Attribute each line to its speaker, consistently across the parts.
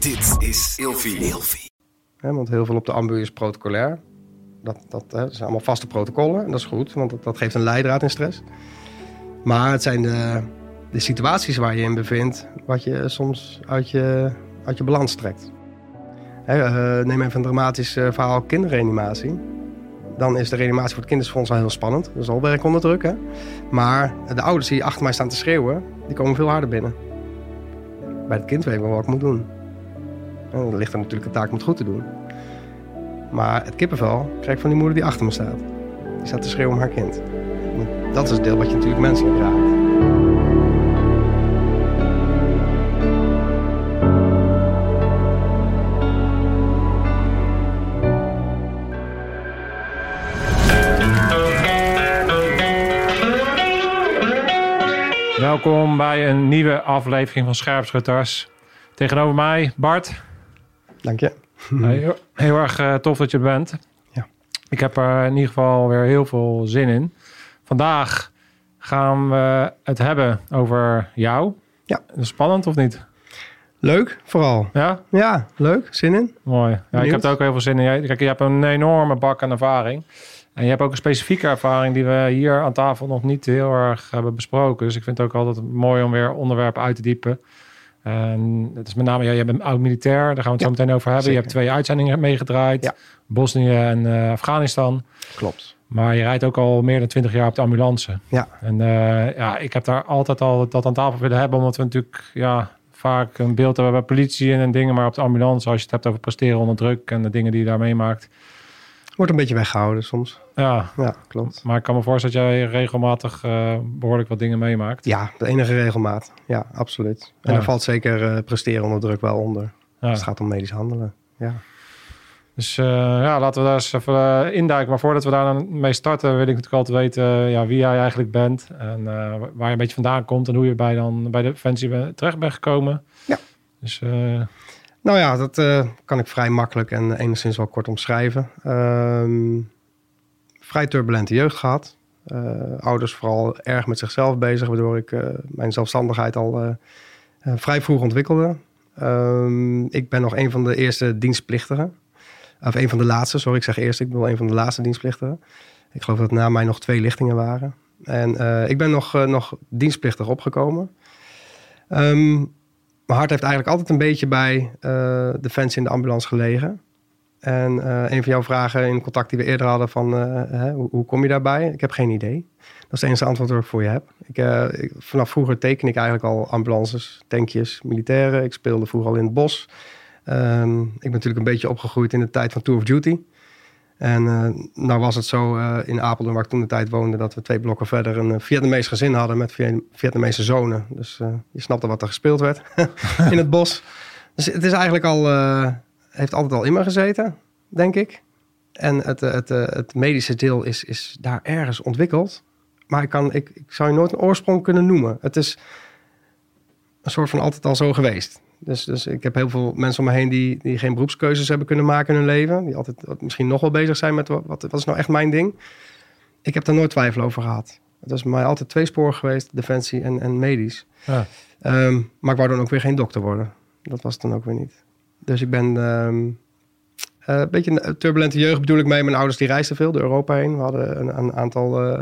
Speaker 1: Dit is Ilfie.
Speaker 2: Want heel veel op de ambu is protocolair. Dat zijn allemaal vaste protocollen. En dat is goed, want dat geeft een leidraad in stress. Maar het zijn de situaties waar je in bevindt... wat je soms uit je balans trekt. Neem even een dramatisch verhaal kinderreanimatie. Dan is de reanimatie voor het kindersfonds al heel spannend. Dat is al werk onder druk, hè? Maar de ouders die achter mij staan te schreeuwen... die komen veel harder binnen. Bij het kind weet ik wel wat ik moet doen. En dan ligt er natuurlijk een taak om het goed te doen. Maar het kippenvel krijg ik van die moeder die achter me staat. Die staat te schreeuwen om haar kind. En dat is het deel wat je natuurlijk menselijk raakt.
Speaker 3: Welkom bij een nieuwe aflevering van Scherpschutters. Tegenover mij, Bart.
Speaker 2: Dank je.
Speaker 3: Heel erg tof dat je er bent.
Speaker 2: Ja.
Speaker 3: Ik heb er in ieder geval weer heel veel zin in. Vandaag gaan we het hebben over jou.
Speaker 2: Ja.
Speaker 3: Dat is spannend of niet?
Speaker 2: Leuk, vooral.
Speaker 3: Ja?
Speaker 2: Ja, leuk. Zin in.
Speaker 3: Mooi. Ja, ik heb er ook heel veel zin in. Kijk, je hebt een enorme bak aan ervaring. En je hebt ook een specifieke ervaring die we hier aan tafel nog niet heel erg hebben besproken. Dus ik vind het ook altijd mooi om weer onderwerpen uit te diepen. En het is met name, je bent oud-militair, daar gaan we het zo meteen over hebben.
Speaker 2: Zeker.
Speaker 3: Je hebt 2 uitzendingen meegedraaid.
Speaker 2: Ja.
Speaker 3: Bosnië en Afghanistan.
Speaker 2: Klopt.
Speaker 3: Maar je rijdt ook al meer dan 20 jaar op de ambulance.
Speaker 2: Ja.
Speaker 3: En ik heb daar altijd al dat aan tafel willen hebben. Omdat we natuurlijk vaak een beeld hebben bij politie en dingen. Maar op de ambulance, als je het hebt over presteren onder druk en de dingen die je daar meemaakt.
Speaker 2: Wordt een beetje weggehouden soms.
Speaker 3: Ja,
Speaker 2: Klopt.
Speaker 3: maar ik kan me voorstellen dat jij regelmatig behoorlijk wat dingen meemaakt.
Speaker 2: Ja, de enige regelmaat. Ja, absoluut. En
Speaker 3: Ja.
Speaker 2: er valt zeker presteren onder druk wel onder.
Speaker 3: Ja.
Speaker 2: Het gaat om medisch handelen. Ja.
Speaker 3: Dus laten we daar eens even induiken. Maar voordat we daar dan mee starten, wil ik natuurlijk altijd weten wie jij eigenlijk bent. En waar je een beetje vandaan komt en hoe je bij de Defensie terecht bent gekomen.
Speaker 2: Ja.
Speaker 3: Dus
Speaker 2: Nou ja, dat kan ik vrij makkelijk en enigszins wel kort omschrijven. Vrij turbulente jeugd gehad. Ouders vooral erg met zichzelf bezig, waardoor ik mijn zelfstandigheid al vrij vroeg ontwikkelde. Ik ben nog een van de eerste dienstplichtigen. Of een van de laatste, sorry, ik zeg eerst. Ik bedoel een van de laatste dienstplichtigen. Ik geloof dat na mij nog 2 lichtingen waren. En ik ben nog dienstplichtig opgekomen. Mijn hart heeft eigenlijk altijd een beetje bij Defensie in de ambulance gelegen. En een van jouw vragen in contact die we eerder hadden van hoe kom je daarbij? Ik heb geen idee. Dat is het enige antwoord dat ik voor je heb. Vanaf vroeger teken ik eigenlijk al ambulances, tankjes, militairen. Ik speelde vroeger al in het bos. Ik ben natuurlijk een beetje opgegroeid in de tijd van Tour of Duty. En nou was het zo in Apeldoorn, waar ik toen de tijd woonde, dat we 2 blokken verder een Vietnamees gezin hadden met Vietnamese zonen. Dus je snapte wat er gespeeld werd in het bos. Dus het is eigenlijk heeft altijd al in me gezeten, denk ik. En het medische deel is daar ergens ontwikkeld. Maar ik zou je nooit een oorsprong kunnen noemen. Het is een soort van altijd al zo geweest. Dus ik heb heel veel mensen om me heen die geen beroepskeuzes hebben kunnen maken in hun leven. Die altijd misschien nog wel bezig zijn met wat is nou echt mijn ding. Ik heb daar nooit twijfel over gehad. Het is bij mij altijd 2-sporig geweest, defensie en medisch.
Speaker 3: ja.
Speaker 2: Maar ik wou dan ook weer geen dokter worden. Dat was het dan ook weer niet. Dus ik ben een beetje een turbulente jeugd bedoel ik mee. Mijn ouders die reisden veel door Europa heen. We hadden een aantal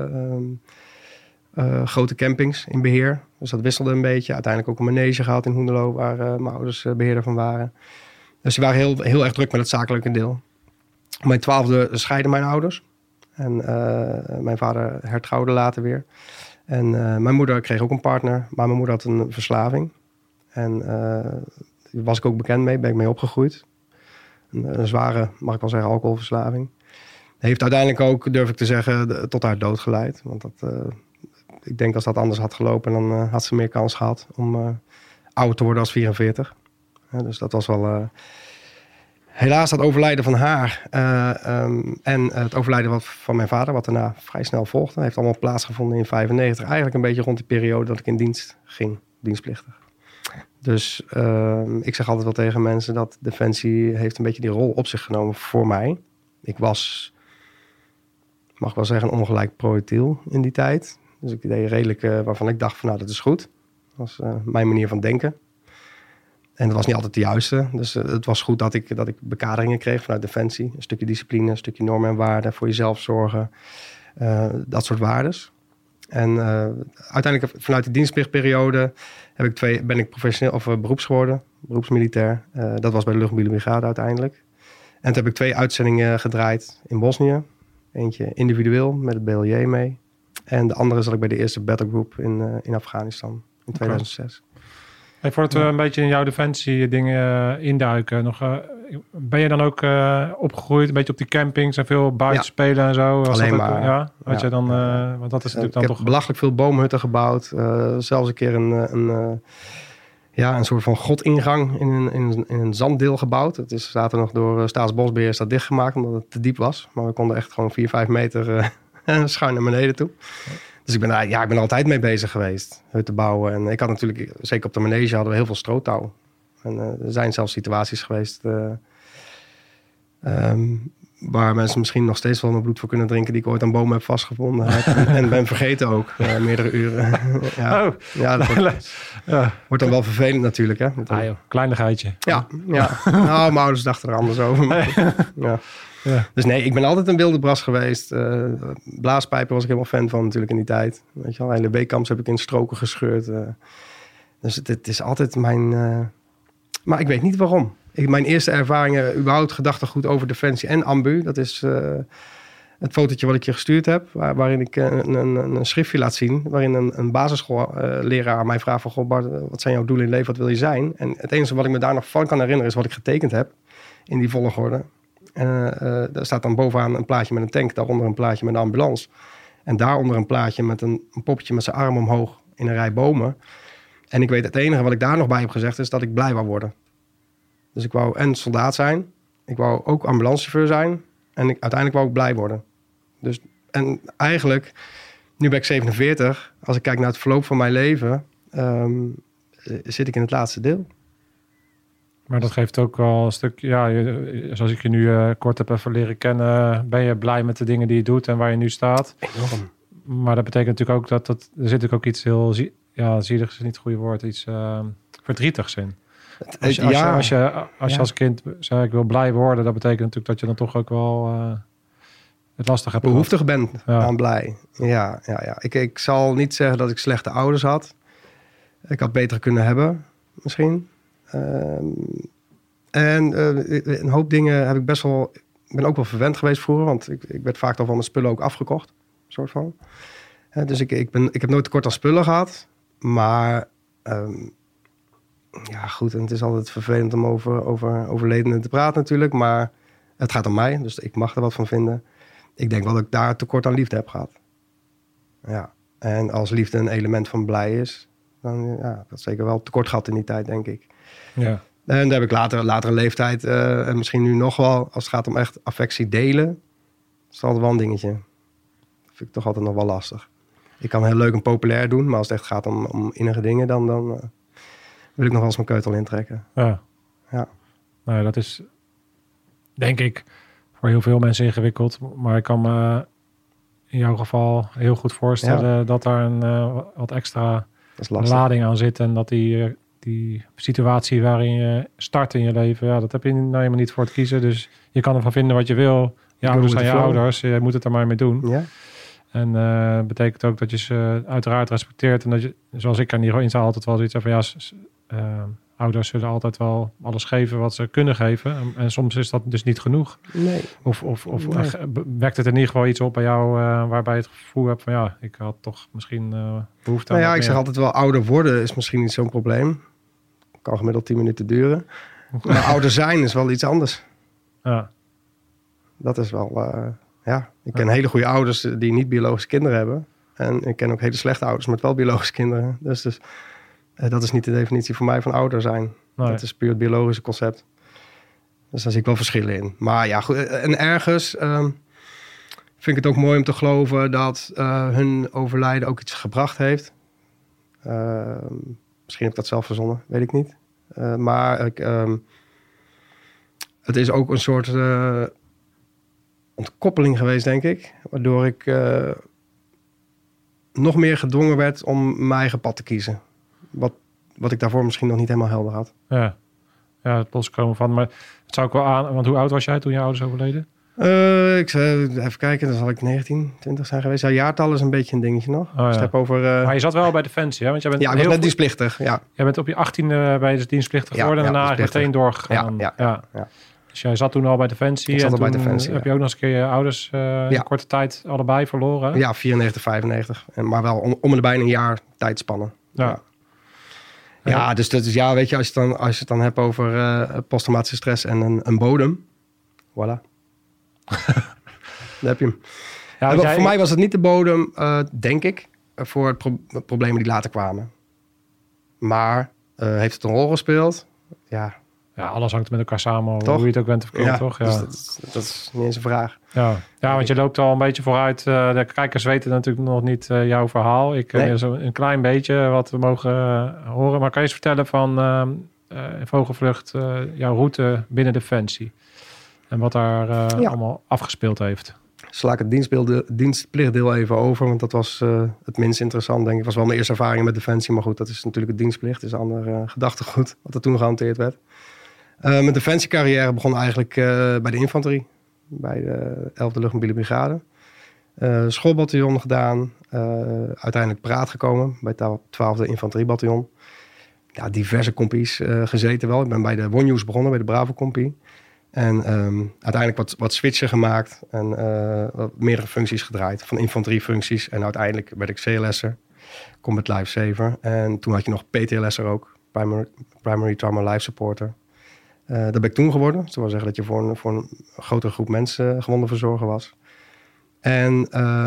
Speaker 2: grote campings in beheer. Dus dat wisselde een beetje. Uiteindelijk ook een manege gehad in Hoenderloo, waar mijn ouders beheerder van waren. Dus die waren heel erg druk met het zakelijke deel. Op mijn 12e scheiden mijn ouders. En mijn vader hertrouwde later weer. En mijn moeder kreeg ook een partner. Maar mijn moeder had een verslaving. En daar was ik ook bekend mee. Ben ik mee opgegroeid. Een zware, mag ik wel zeggen, alcoholverslaving. Heeft uiteindelijk ook, durf ik te zeggen, tot haar dood geleid. Want ik denk als dat anders had gelopen, dan had ze meer kans gehad om ouder te worden als 44. Dus dat was wel... helaas dat overlijden van haar en het overlijden van mijn vader, wat daarna vrij snel volgde, heeft allemaal plaatsgevonden in 1995. Eigenlijk een beetje rond die periode dat ik in dienst ging, dienstplichtig. Dus ik zeg altijd wel tegen mensen dat Defensie heeft een beetje die rol op zich genomen voor mij. Ik was, mag wel zeggen, een ongelijk projectiel in die tijd. Dus ik deed redelijk waarvan ik dacht van nou, dat is goed. Dat was mijn manier van denken. En dat was niet altijd de juiste. Dus het was goed dat ik bekaderingen kreeg vanuit Defensie. Een stukje discipline, een stukje normen en waarden. Voor jezelf zorgen. Dat soort waardes. En uiteindelijk vanuit de dienstplichtperiode ben ik professioneel of beroeps geworden. Beroepsmilitair. Dat was bij de Luchtmobiele Brigade uiteindelijk. En toen heb ik 2 uitzendingen gedraaid in Bosnië. Eentje individueel met het BLJ mee. En de andere zat ik bij de eerste battlegroup in Afghanistan in 2006.
Speaker 3: Hey, voordat we een beetje in jouw defensie dingen induiken. Ben je dan ook opgegroeid een beetje op die campings en veel buiten spelen en zo?
Speaker 2: Alleen maar.
Speaker 3: Je dan, want dat is natuurlijk dan toch...
Speaker 2: Ik heb belachelijk veel boomhutten gebouwd. Zelfs een keer een soort van godingang in een zanddeel gebouwd. Het is later nog door Staatsbosbeheer is dat dichtgemaakt omdat het te diep was. Maar we konden echt gewoon 4-5 meter schuin naar beneden toe. Dus ik ben altijd mee bezig geweest. Hutten bouwen. En ik had natuurlijk, zeker op de manege hadden we heel veel stroottouw. En er zijn zelfs situaties geweest waar mensen misschien nog steeds wel mijn bloed voor kunnen drinken die ik ooit aan bomen heb vastgevonden. en ben vergeten ook, meerdere uren. Ja, dat wordt dan wel vervelend natuurlijk. Hè?
Speaker 3: Kleinigheidje.
Speaker 2: Ja. Nou, mijn ouders dachten er anders over. Ja. Dus nee, ik ben altijd een wilde bras geweest. Blaaspijpen was ik helemaal fan van natuurlijk in die tijd. Weet je wel, hele weekkamps heb ik in stroken gescheurd. Dus het is altijd mijn... Maar ik weet niet waarom. Mijn eerste ervaringen, überhaupt gedachtegoed over Defensie en ambu. Dat is het fotootje wat ik je gestuurd heb. Waarin ik een schriftje laat zien. Waarin een basisschoolleraar mij vraagt van... Goh Bart, wat zijn jouw doelen in leven? Wat wil je zijn? En het enige wat ik me daar nog van kan herinneren... is wat ik getekend heb in die volgorde. Daar staat dan bovenaan een plaatje met een tank. Daaronder een plaatje met een ambulance. En daaronder een plaatje met een poppetje met zijn arm omhoog in een rij bomen. En ik weet het enige wat ik daar nog bij heb gezegd... is dat ik blij wou worden. Dus ik wou en soldaat zijn. Ik wou ook ambulancechauffeur zijn. En uiteindelijk wou ik blij worden. Dus, en eigenlijk, nu ben ik 47. Als ik kijk naar het verloop van mijn leven... zit ik in het laatste deel.
Speaker 3: Maar dat geeft ook wel een stuk... Ja, zoals ik je nu kort heb even leren kennen... ben je blij met de dingen die je doet en waar je nu staat.
Speaker 2: Enorm.
Speaker 3: Maar dat betekent natuurlijk ook dat... Er zit natuurlijk ook iets heel... zielig is niet het goede woord. Iets verdrietigs in. Als je als kind zei ik wil blij worden... dat betekent natuurlijk dat je dan toch ook wel het lastig hebt.
Speaker 2: Behoeftig bent aan blij. Ja. Ik zal niet zeggen dat ik slechte ouders had. Ik had beter kunnen hebben, misschien. Een hoop dingen heb ik best wel... Ik ben ook wel verwend geweest vroeger... want ik werd vaak al van mijn spullen ook afgekocht. Soort van. Dus ik heb nooit tekort aan spullen gehad. Maar... ja, goed. En het is altijd vervelend om over overledenen te praten natuurlijk. Maar het gaat om mij. Dus ik mag er wat van vinden. Ik denk wel dat ik daar tekort aan liefde heb gehad. Ja. En als liefde een element van blij is... dan dat zeker wel tekort gehad in die tijd, denk ik.
Speaker 3: Ja.
Speaker 2: En daar heb ik latere leeftijd... en misschien nu nog wel... als het gaat om echt affectie delen... is het altijd wel een dingetje. Dat vind ik toch altijd nog wel lastig. Ik kan heel leuk en populair doen... maar als het echt gaat om innige dingen... dan wil ik nog wel eens mijn keutel intrekken.
Speaker 3: Ja. Nou, dat is denk ik voor heel veel mensen ingewikkeld. Maar ik kan me in jouw geval heel goed voorstellen... dat daar een wat extra lading aan zit. En dat die situatie waarin je start in je leven... ja, dat heb je nou helemaal niet voor het kiezen. Dus je kan ervan vinden wat je wil. Je ouders zijn je ouders. Je moet het er maar mee doen.
Speaker 2: Ja.
Speaker 3: En betekent ook dat je ze uiteraard respecteert. En dat je, zoals ik aan die inzaal altijd wel zoiets van... ouders zullen altijd wel alles geven wat ze kunnen geven. En soms is dat dus niet genoeg.
Speaker 2: Nee.
Speaker 3: Of wekt het in ieder geval iets op bij jou... waarbij je het gevoel hebt van... ja, ik had toch misschien behoefte aan...
Speaker 2: Nou ja, ik zeg altijd wel... ouder worden is misschien niet zo'n probleem. Kan gemiddeld 10 minuten duren. Maar ouder zijn is wel iets anders.
Speaker 3: Ja.
Speaker 2: Dat is wel... ik ken hele goede ouders die niet biologische kinderen hebben. En ik ken ook hele slechte ouders met wel biologische kinderen. Dus dat is niet de definitie voor mij van ouder zijn. Nee. Dat is puur het biologische concept. Dus daar zie ik wel verschillen in. Maar ja, goed. En ergens vind ik het ook mooi om te geloven... dat hun overlijden ook iets gebracht heeft. Misschien heb ik dat zelf verzonnen, weet ik niet. Maar het is ook een soort ontkoppeling geweest, denk ik. Waardoor ik nog meer gedwongen werd om mijn eigen pad te kiezen. Wat ik daarvoor misschien nog niet helemaal helder had.
Speaker 3: Ja. het loskomen van. Maar het zou ik wel aan... Want hoe oud was jij toen je ouders overleden?
Speaker 2: Ik zou even kijken, dan zal ik 19, 20 zijn geweest. Ja, jaartal is een beetje een dingetje nog.
Speaker 3: ja.
Speaker 2: Dus ik heb over...
Speaker 3: Maar je zat wel bij Defensie, hè? Want jij bent
Speaker 2: ik was net dienstplichtig, ja.
Speaker 3: Jij bent op je 18e bij de dienstplichtig geworden en daarna meteen doorgegaan.
Speaker 2: Ja.
Speaker 3: Dus jij zat toen al bij Defensie.
Speaker 2: Ik zat
Speaker 3: en
Speaker 2: al bij
Speaker 3: toen
Speaker 2: Defensie,
Speaker 3: heb je ook nog eens een keer je ouders in korte tijd allebei verloren.
Speaker 2: Ja, 94, 95. Maar wel om en bijna een jaar tijdspannen. Ja, dus dat is, weet je, als je het dan hebt over posttraumatische stress en een bodem. Voilà. Daar heb je hem. Ja, voor mij was het niet de bodem, denk ik, voor problemen die later kwamen. Maar heeft het een rol gespeeld? Ja,
Speaker 3: alles hangt met elkaar samen,
Speaker 2: toch?
Speaker 3: Hoe je het ook bent of verkeerd, toch? Ja.
Speaker 2: Dus dat is niet eens een vraag.
Speaker 3: Ja, want je loopt al een beetje vooruit. De kijkers weten natuurlijk nog niet jouw verhaal. Zo een klein beetje wat we mogen horen. Maar kan je eens vertellen van Vogelvlucht, jouw route binnen Defensie? En wat daar allemaal afgespeeld heeft?
Speaker 2: Sla ik het dienstplichtdeel even over, want dat was het minst interessant, denk ik. Was wel mijn eerste ervaring met Defensie, maar goed, dat is natuurlijk het dienstplicht. Dat is een ander gedachtegoed wat er toen gehanteerd werd. Mijn Defensiecarrière begon eigenlijk bij de infanterie, bij de 11e Luchtmobiele Brigade. Schoolbataljon gedaan, uiteindelijk paraat gekomen bij het 12e Infanteriebataljon. Ja, diverse kompies gezeten wel. Ik ben bij de Wonjus begonnen, bij de Bravo-kompie. En uiteindelijk wat switchen gemaakt en meerdere functies gedraaid. Van infanteriefuncties en uiteindelijk werd ik CLS'er, Combat Life Saver. En toen had je nog PTLS'er ook, Primary Trauma Life Supporter. Dat ben ik toen geworden. Dat wil zeggen dat je voor een grotere groep mensen gewonden verzorger was. En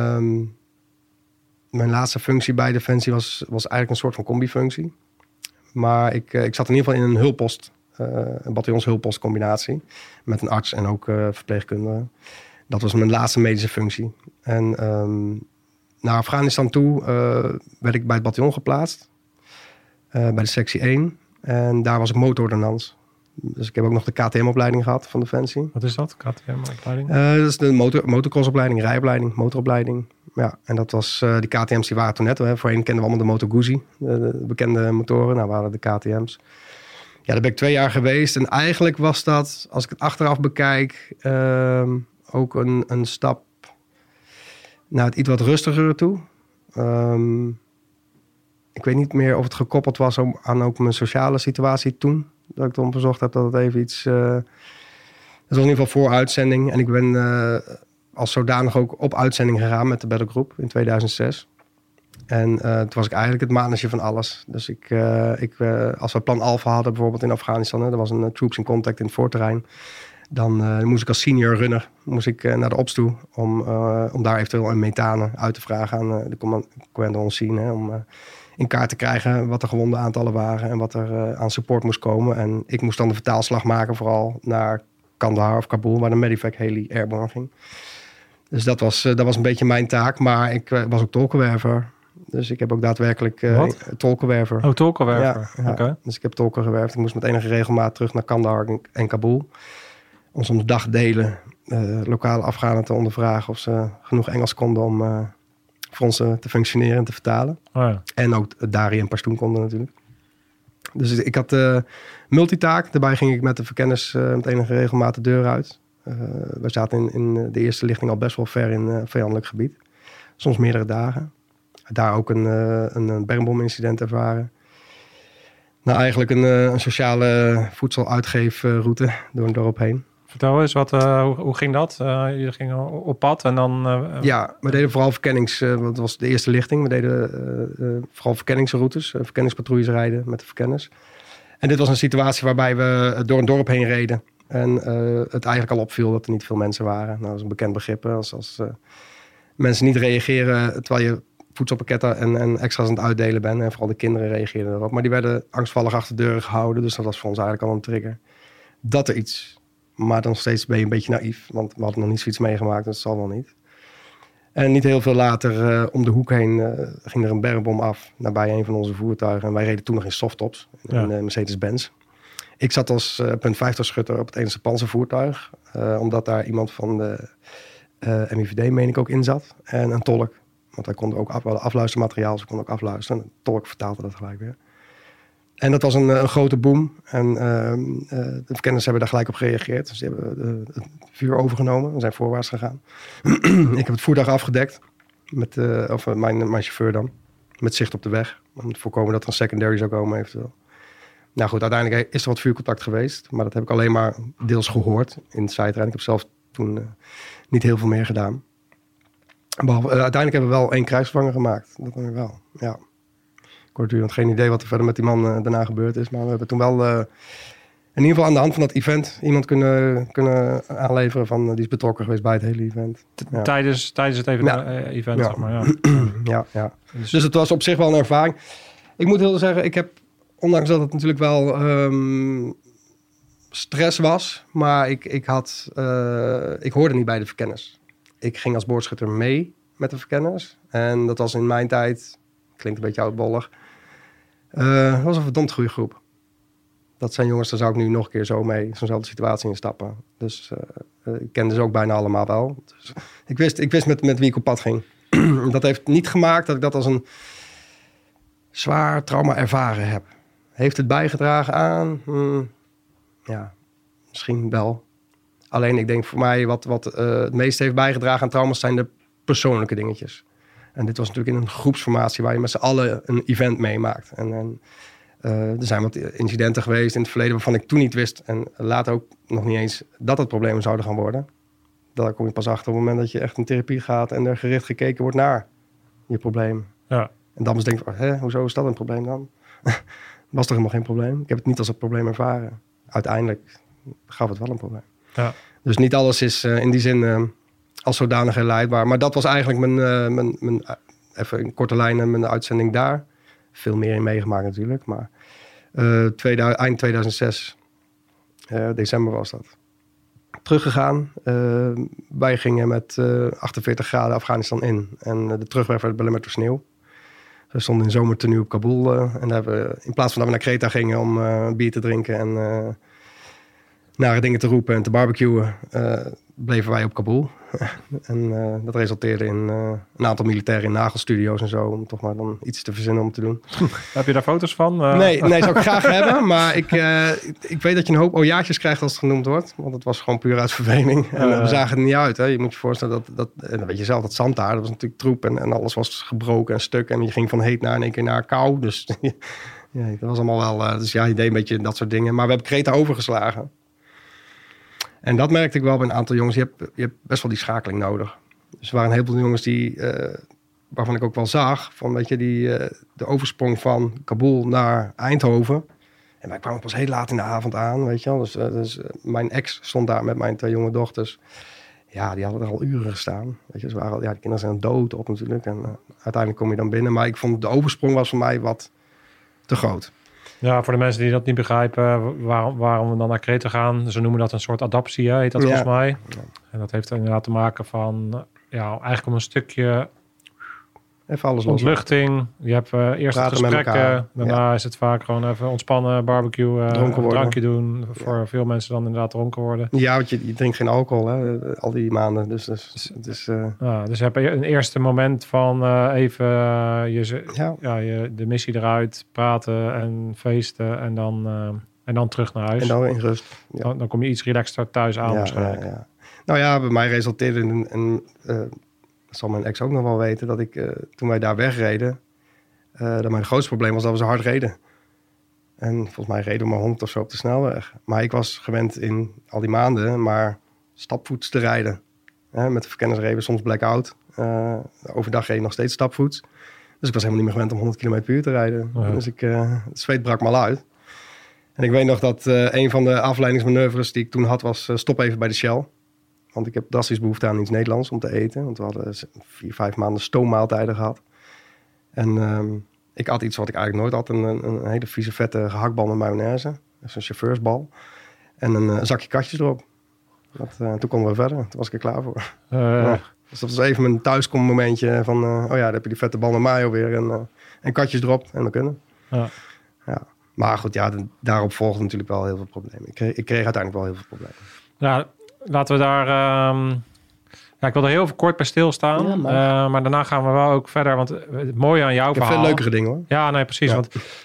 Speaker 2: mijn laatste functie bij Defensie was eigenlijk een soort van combi-functie. Maar ik zat in ieder geval in een hulppost. Een bataljons-hulppost combinatie. Met een arts en ook verpleegkundige. Dat was mijn laatste medische functie. En naar Afghanistan toe werd ik bij het bataljon geplaatst. Bij de sectie 1. En daar was ik motorordonnans. Dus ik heb ook nog de KTM-opleiding gehad van Defensie.
Speaker 3: Wat is dat, KTM-opleiding?
Speaker 2: Dat is de motocrossopleiding, rijopleiding, motoropleiding. Ja, en dat was, die KTM's die waren toen net. Voorheen kenden we allemaal de Moto Guzzi, de bekende motoren. Nou waren de KTM's. Ja, daar ben ik 2 jaar geweest. En eigenlijk was dat, als ik het achteraf bekijk, ook een stap naar het iets wat rustigere toe. Ik weet niet meer of het gekoppeld was aan ook mijn sociale situatie toen. Dat ik erom verzorgd heb dat het even iets... dat was in ieder geval voor uitzending. En ik ben als zodanig ook op uitzending gegaan met de battlegroep in 2006. En toen was ik eigenlijk het manager van alles. Dus als we plan Alpha hadden bijvoorbeeld in Afghanistan... er was een troops in contact in het voorterrein... dan moest ik als senior runner naar de ops toe... om daar eventueel een metane uit te vragen aan de commandant on scene... om in kaart te krijgen wat de gewonde aantallen waren... en wat er aan support moest komen. En ik moest dan de vertaalslag maken vooral naar Kandahar of Kabul... waar de Medivac heli airborne ging. Dus dat was een beetje mijn taak. Maar ik was ook tolkenwerver... Dus ik heb ook daadwerkelijk tolkenwerver.
Speaker 3: Oh, tolkenwerver.
Speaker 2: Ja.
Speaker 3: Okay.
Speaker 2: Dus ik heb tolken gewerfd. Ik moest met enige regelmaat terug naar Kandahar en Kabul. Ons om de dag delen. Lokale Afghanen te ondervragen of ze genoeg Engels konden om voor ons te functioneren en te vertalen.
Speaker 3: Oh ja.
Speaker 2: En ook Dari en Pashtoen konden natuurlijk. Dus ik had multitaak. Daarbij ging ik met de verkenners met enige regelmaat de deur uit. We zaten in de eerste lichting al best wel ver in vijandelijk gebied. Soms meerdere dagen. Daar ook een bermbom-incident ervaren. Nou, eigenlijk een sociale voedseluitgeefroute door een dorp heen.
Speaker 3: Vertel eens, hoe ging dat? Je ging op pad en dan...
Speaker 2: Ja, we deden vooral want het was de eerste lichting. We deden vooral verkenningsroutes, verkenningspatrouilles rijden met de verkenners. En dit was een situatie waarbij we door een dorp heen reden. En het eigenlijk al opviel dat er niet veel mensen waren. Nou, dat is een bekend begrip. Als mensen niet reageren terwijl je voedselpakketten en extra's aan het uitdelen bent. En vooral de kinderen reageerden erop. Maar die werden angstvallig achter de deuren gehouden. Dus dat was voor ons eigenlijk al een trigger. Dat er iets... Maar dan steeds ben je een beetje naïef. Want we hadden nog niet zoiets meegemaakt. Dus dat zal wel niet. En niet heel veel later om de hoek heen ging er een bermbom af. Nabij een van onze voertuigen. En wij reden toen nog in softtops. In Mercedes-Benz. Ik zat als punt 50 schutter op het enige panzervoertuig. Omdat daar iemand van de MIVD, meen ik, ook in zat. En een tolk. Want wij konden ook afluistermateriaal. Dus we konden ook afluisteren. En een tolk vertaalde dat gelijk weer. En dat was een grote boom. En de verkenners hebben daar gelijk op gereageerd. Dus die hebben het vuur overgenomen. We zijn voorwaarts gegaan. Ik heb het voertuig afgedekt. Mijn chauffeur dan. Met zicht op de weg. Om te voorkomen dat er een secondary zou komen eventueel. Nou goed, uiteindelijk is er wat vuurcontact geweest. Maar dat heb ik alleen maar deels gehoord in het zijterrein. Ik heb zelf toen niet heel veel meer gedaan. Behalve, uiteindelijk hebben we wel 1 kruisvervanger gemaakt. Dat dan wel, ja. Ik had natuurlijk geen idee wat er verder met die man daarna gebeurd is. Maar we hebben toen wel in ieder geval aan de hand van dat event iemand kunnen aanleveren van die is betrokken geweest bij het hele event.
Speaker 3: Ja. Tijdens het event, zeg maar. Ja.
Speaker 2: Ja. Dus het was op zich wel een ervaring. Ik moet heel zeggen, ik heb, ondanks dat het natuurlijk wel stress was, maar ik hoorde niet bij de verkenners. Ik ging als boordschutter mee met de verkenners. En dat was in mijn tijd, klinkt een beetje oudbollig, dat was een verdomd goede groep. Dat zijn jongens, daar zou ik nu nog een keer zo mee zo'nzelfde situatie instappen. Dus ik kende ze ook bijna allemaal wel. Dus, ik wist met wie ik op pad ging. Dat heeft niet gemaakt dat ik dat als een zwaar trauma ervaren heb. Heeft het bijgedragen aan? Ja, misschien wel. Alleen ik denk voor mij wat het meest heeft bijgedragen aan trauma's zijn de persoonlijke dingetjes. En dit was natuurlijk in een groepsformatie waar je met z'n allen een event meemaakt. En er zijn wat incidenten geweest in het verleden waarvan ik toen niet wist. En later ook nog niet eens dat het problemen zouden gaan worden. Daar kom je pas achter op het moment dat je echt in therapie gaat en er gericht gekeken wordt naar je probleem.
Speaker 3: Ja.
Speaker 2: En dan denk ik, hoezo is dat een probleem dan? Was toch helemaal geen probleem? Ik heb het niet als een probleem ervaren. Uiteindelijk gaf het wel een probleem.
Speaker 3: Ja.
Speaker 2: Dus niet alles is in die zin als zodanig herleidbaar. Maar dat was eigenlijk mijn even in korte lijnen, mijn uitzending daar. Veel meer in meegemaakt natuurlijk. Maar eind 2006, december was dat. Teruggegaan. Wij gingen met 48 graden Afghanistan in. En de terugweg werd belemmerd door sneeuw. We stonden in zomertenue op Kabul. En daar hebben we, in plaats van dat we naar Kreta gingen om bier te drinken en nare dingen te roepen en te barbecuen, bleven wij op Kabul. En dat resulteerde in een aantal militairen in nagelstudio's en zo, om toch maar dan iets te verzinnen om te doen.
Speaker 3: Heb je daar foto's van?
Speaker 2: Nee, zou ik graag hebben. Maar ik weet dat je een hoop ojaatjes krijgt als het genoemd wordt. Want het was gewoon puur uit verveling. En we zagen er niet uit. Hè. Je moet je voorstellen dat en dan weet je zelf, dat zand daar, dat was natuurlijk troep. En alles was gebroken en stuk. En je ging van heet naar in één keer naar kou. Dus ja, dat was allemaal wel. Dus ja, je deed een beetje dat soort dingen. Maar we hebben Kreta overgeslagen. En dat merkte ik wel bij een aantal jongens. Je hebt best wel die schakeling nodig. Dus er waren een heleboel jongens die, waarvan ik ook wel zag, van weet je, de oversprong van Kabul naar Eindhoven. En wij kwamen pas heel laat in de avond aan, weet je wel. Dus mijn ex stond daar met mijn 2 jonge dochters. Ja, die hadden er al uren gestaan. Weet je, die kinderen zijn dood op natuurlijk. En uiteindelijk kom je dan binnen. Maar ik vond de oversprong was voor mij wat te groot.
Speaker 3: Ja, voor de mensen die dat niet begrijpen, waarom we dan naar Kreta gaan. Ze noemen dat een soort adaptie, heet dat volgens mij. Ja. En dat heeft inderdaad te maken van, eigenlijk om een stukje
Speaker 2: even alles
Speaker 3: ontluchting. Je hebt eerst gesprekken, daarna is het vaak gewoon even ontspannen, barbecue, een drankje doen. Voor veel mensen dan inderdaad dronken worden.
Speaker 2: Ja, want je drinkt geen alcohol, hè, al die maanden. Dus
Speaker 3: heb je een eerste moment van even de missie eruit, praten en feesten en dan terug naar huis.
Speaker 2: En dan in rust.
Speaker 3: Ja. Dan kom je iets relaxter thuis aan waarschijnlijk.
Speaker 2: Ja. Nou ja, bij mij resulteerde in dat zal mijn ex ook nog wel weten, dat ik toen wij daar wegreden, dat mijn grootste probleem was dat we zo hard reden. En volgens mij reden we maar 100 of zo op de snelweg. Maar ik was gewend in al die maanden maar stapvoets te rijden. Met de verkenners reden we soms blackout. Overdag reed ik nog steeds stapvoets. Dus ik was helemaal niet meer gewend om 100 km per uur te rijden. Ja. Dus het zweet brak me al uit. En ik weet nog dat een van de afleidingsmanoeuvres die ik toen had was stop even bij de Shell. Want ik heb drastisch behoefte aan iets Nederlands om te eten. Want we hadden 4-5 maanden stoommaaltijden gehad. En ik had iets wat ik eigenlijk nooit had. Een hele vieze vette gehaktbal met mayonaise. Dat is een chauffeursbal. En een zakje katjes erop. Toen konden we verder. Toen was ik er klaar voor. Dus dat was even mijn thuiskommomentje van... dan heb je die vette bal met mayo weer. En katjes erop. En we kunnen. Ja. Maar goed, daarop volgde natuurlijk wel heel veel problemen. Ik kreeg uiteindelijk wel heel veel problemen.
Speaker 3: Ja, laten we daar... ik wil er heel even kort bij stilstaan. Ja, maar daarna gaan we wel ook verder. Want het mooie aan jouw verhaal...
Speaker 2: veel leukere dingen hoor.
Speaker 3: Ja, nee, precies. Ja. Want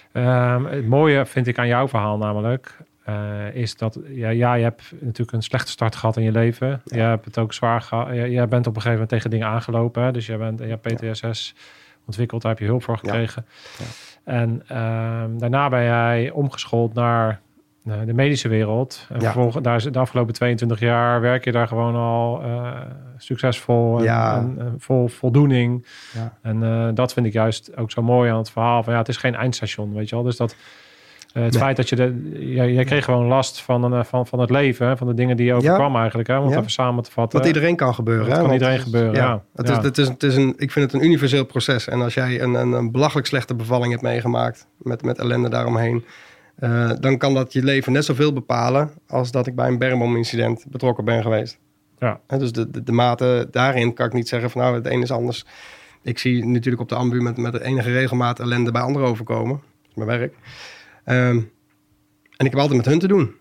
Speaker 3: Het mooie vind ik aan jouw verhaal namelijk... is dat je hebt natuurlijk een slechte start gehad in je leven. Ja. Je hebt het ook zwaar gehad. Je bent op een gegeven moment tegen dingen aangelopen. Hè? Dus je hebt PTSS ontwikkeld. Daar heb je hulp voor gekregen. Ja. En daarna ben jij omgeschoold naar de medische wereld. En vervolgens, daar is de afgelopen 22 jaar werk je daar gewoon al succesvol en vol voldoening. Ja. En dat vind ik juist ook zo mooi aan het verhaal. Van, het is geen eindstation, weet je wel. Dus dat... Het feit dat jij kreeg gewoon last van het leven, hè? Van de dingen die je overkwam eigenlijk, hè? Om het even samen te vatten.
Speaker 2: Wat iedereen kan gebeuren.
Speaker 3: Dat kan iedereen gebeuren,
Speaker 2: Het is ik vind het een universeel proces. En als jij een belachelijk slechte bevalling hebt meegemaakt, met ellende daaromheen, dan kan dat je leven net zoveel bepalen als dat ik bij een bermboomincident betrokken ben geweest. Ja. Dus de mate daarin kan ik niet zeggen van het een is anders. Ik zie natuurlijk op de ambu met de enige regelmaat ellende bij anderen overkomen. Dat is mijn werk. En ik heb altijd met hun te doen.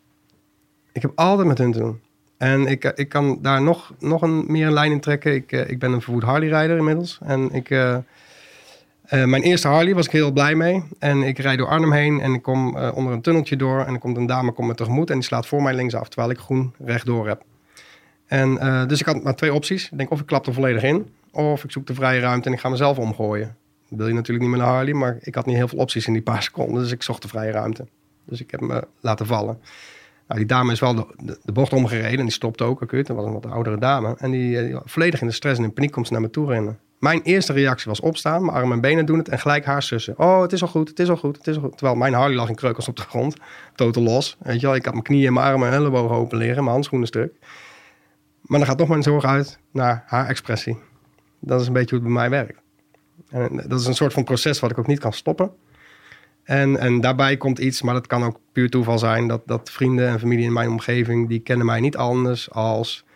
Speaker 2: En ik kan daar nog meer een lijn in trekken. Ik ben een verwoed Harley-rijder inmiddels. En mijn eerste Harley was ik heel blij mee. En ik rijd door Arnhem heen en ik kom onder een tunneltje door. En er komt een dame me tegemoet en die slaat voor mij linksaf. Terwijl ik groen rechtdoor heb. En dus ik had maar 2 opties. Ik denk of ik klap er volledig in. Of ik zoek de vrije ruimte en ik ga mezelf omgooien. Dat wil je natuurlijk niet met een Harley, maar ik had niet heel veel opties in die paar seconden. Dus ik zocht de vrije ruimte. Dus ik heb me laten vallen. Nou, die dame is wel de bocht omgereden en die stopte ook acuut. Dat was een wat oudere dame. En die volledig in de stress en in paniek komt ze naar me toe rennen. Mijn eerste reactie was opstaan, mijn armen en benen doen het en gelijk haar sussen. Oh, het is al goed, het is al goed, het is al goed. Terwijl mijn Harley lag in kreukels op de grond. Totaal los. Weet je wel, ik had mijn knieën, mijn armen en ellebogen open liggen, mijn handschoenen stuk. Maar dan gaat toch mijn zorg uit naar haar expressie. Dat is een beetje hoe het bij mij werkt. En dat is een soort van proces wat ik ook niet kan stoppen. En daarbij komt iets, maar dat kan ook puur toeval zijn, dat vrienden en familie in mijn omgeving, die kennen mij niet anders als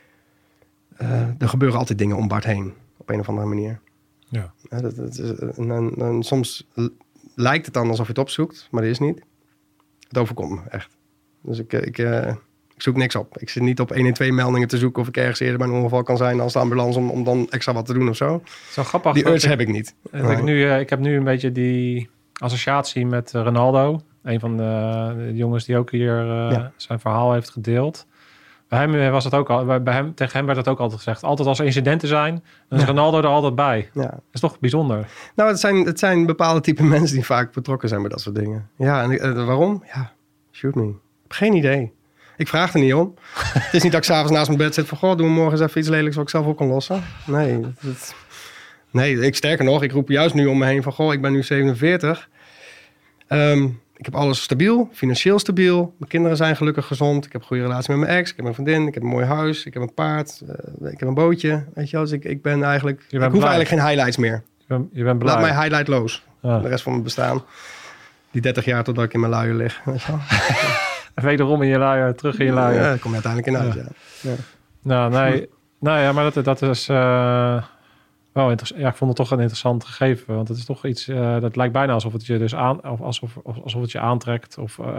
Speaker 2: er gebeuren altijd dingen om Bart heen. Op een of andere manier. Ja. En soms lijkt het dan alsof je het opzoekt, maar dat is niet. Het overkomt me, echt. Dus ik zoek niks op. Ik zit niet op 112 meldingen te zoeken of ik ergens eerder bij een ongeval kan zijn als de ambulance om dan extra wat te doen of zo.
Speaker 3: Zo grappig.
Speaker 2: Die urge heb ik niet.
Speaker 3: Ik heb nu een beetje die associatie met Ronaldo. Een van de jongens die ook hier zijn verhaal heeft gedeeld. Bij hem was het ook al. Tegen hem werd het ook altijd gezegd. Altijd als er incidenten zijn, dan is Ronaldo er altijd bij. Ja. Dat is toch bijzonder.
Speaker 2: Nou, het zijn bepaalde type mensen die vaak betrokken zijn bij dat soort dingen. Ja, en waarom? Ja, shoot me. Ik heb geen idee. Ik vraag er niet om. Het is niet dat ik s'avonds naast mijn bed zit van, goh, doen we morgen eens even iets lelijks wat ik zelf ook kan lossen. Nee, sterker nog, ik roep juist nu om me heen van, goh, ik ben nu 47. Ik heb alles stabiel, financieel stabiel. Mijn kinderen zijn gelukkig gezond. Ik heb een goede relatie met mijn ex. Ik heb een vriendin. Ik heb een mooi huis. Ik heb een paard. Ik heb een bootje. Weet je wel, dus ik ben eigenlijk... Ik hoef eigenlijk geen highlights meer.
Speaker 3: Je bent blij.
Speaker 2: Laat mij highlightloos. Ja. De rest van mijn bestaan. Die 30 jaar totdat ik in mijn luier lig. Weet je wel.
Speaker 3: Wederom in je luier, terug in je luier.
Speaker 2: Ja, daar kom je uiteindelijk in uit, ja.
Speaker 3: Nou, nee. Nou ja, maar dat is... wel interessant. Ja, ik vond het toch een interessant gegeven. Want het is toch iets... dat lijkt bijna alsof het je dus alsof het je aantrekt.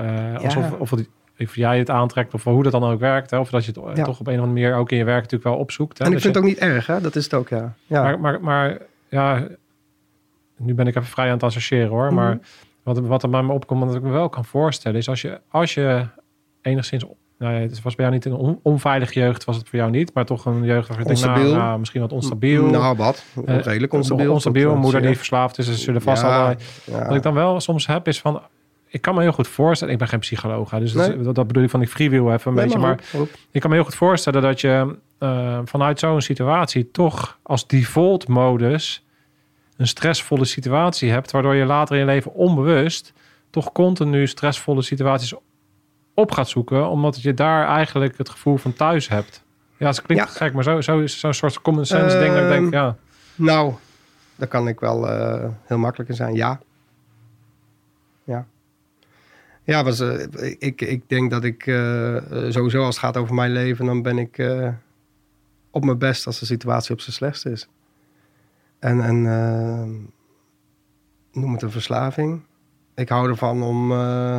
Speaker 3: Of jij het aantrekt. Of hoe dat dan ook werkt. Hè? Of dat je het toch op een of andere manier ook in je werk natuurlijk wel opzoekt. Hè?
Speaker 2: En ik vind het ook niet erg, hè? Dat is het ook, ja.
Speaker 3: Maar ja... Nu ben ik even vrij aan het associëren, hoor. Maar wat er bij me opkomt, wat ik me wel kan voorstellen, is als je enigszins... Nou ja, het was bij jou niet een onveilige jeugd, was het voor jou niet. Maar toch een jeugd waar je denkt, misschien wat onstabiel.
Speaker 2: Nou, wat? Redelijk onstabiel.
Speaker 3: Onstabiel, een moeder die verslaafd is. Ze zullen vast al... Wat ik dan wel soms heb, is van... Ik kan me heel goed voorstellen... Ik ben geen psycholoog, dus dat bedoel ik van die freewheel even een beetje. Maar ik kan me heel goed voorstellen dat je vanuit zo'n situatie toch als default modus een stressvolle situatie hebt, waardoor je later in je leven onbewust toch continu stressvolle situaties op gaat zoeken, omdat je daar eigenlijk het gevoel van thuis hebt. Ja, het klinkt gek, maar zo is zo'n soort common sense ding dat ik denk, ja.
Speaker 2: Nou, daar kan ik wel heel makkelijker zijn, ja. Ik denk dat ik sowieso als het gaat over mijn leven, dan ben ik op mijn best als de situatie op zijn slechtst is. En noem het een verslaving. Ik hou ervan om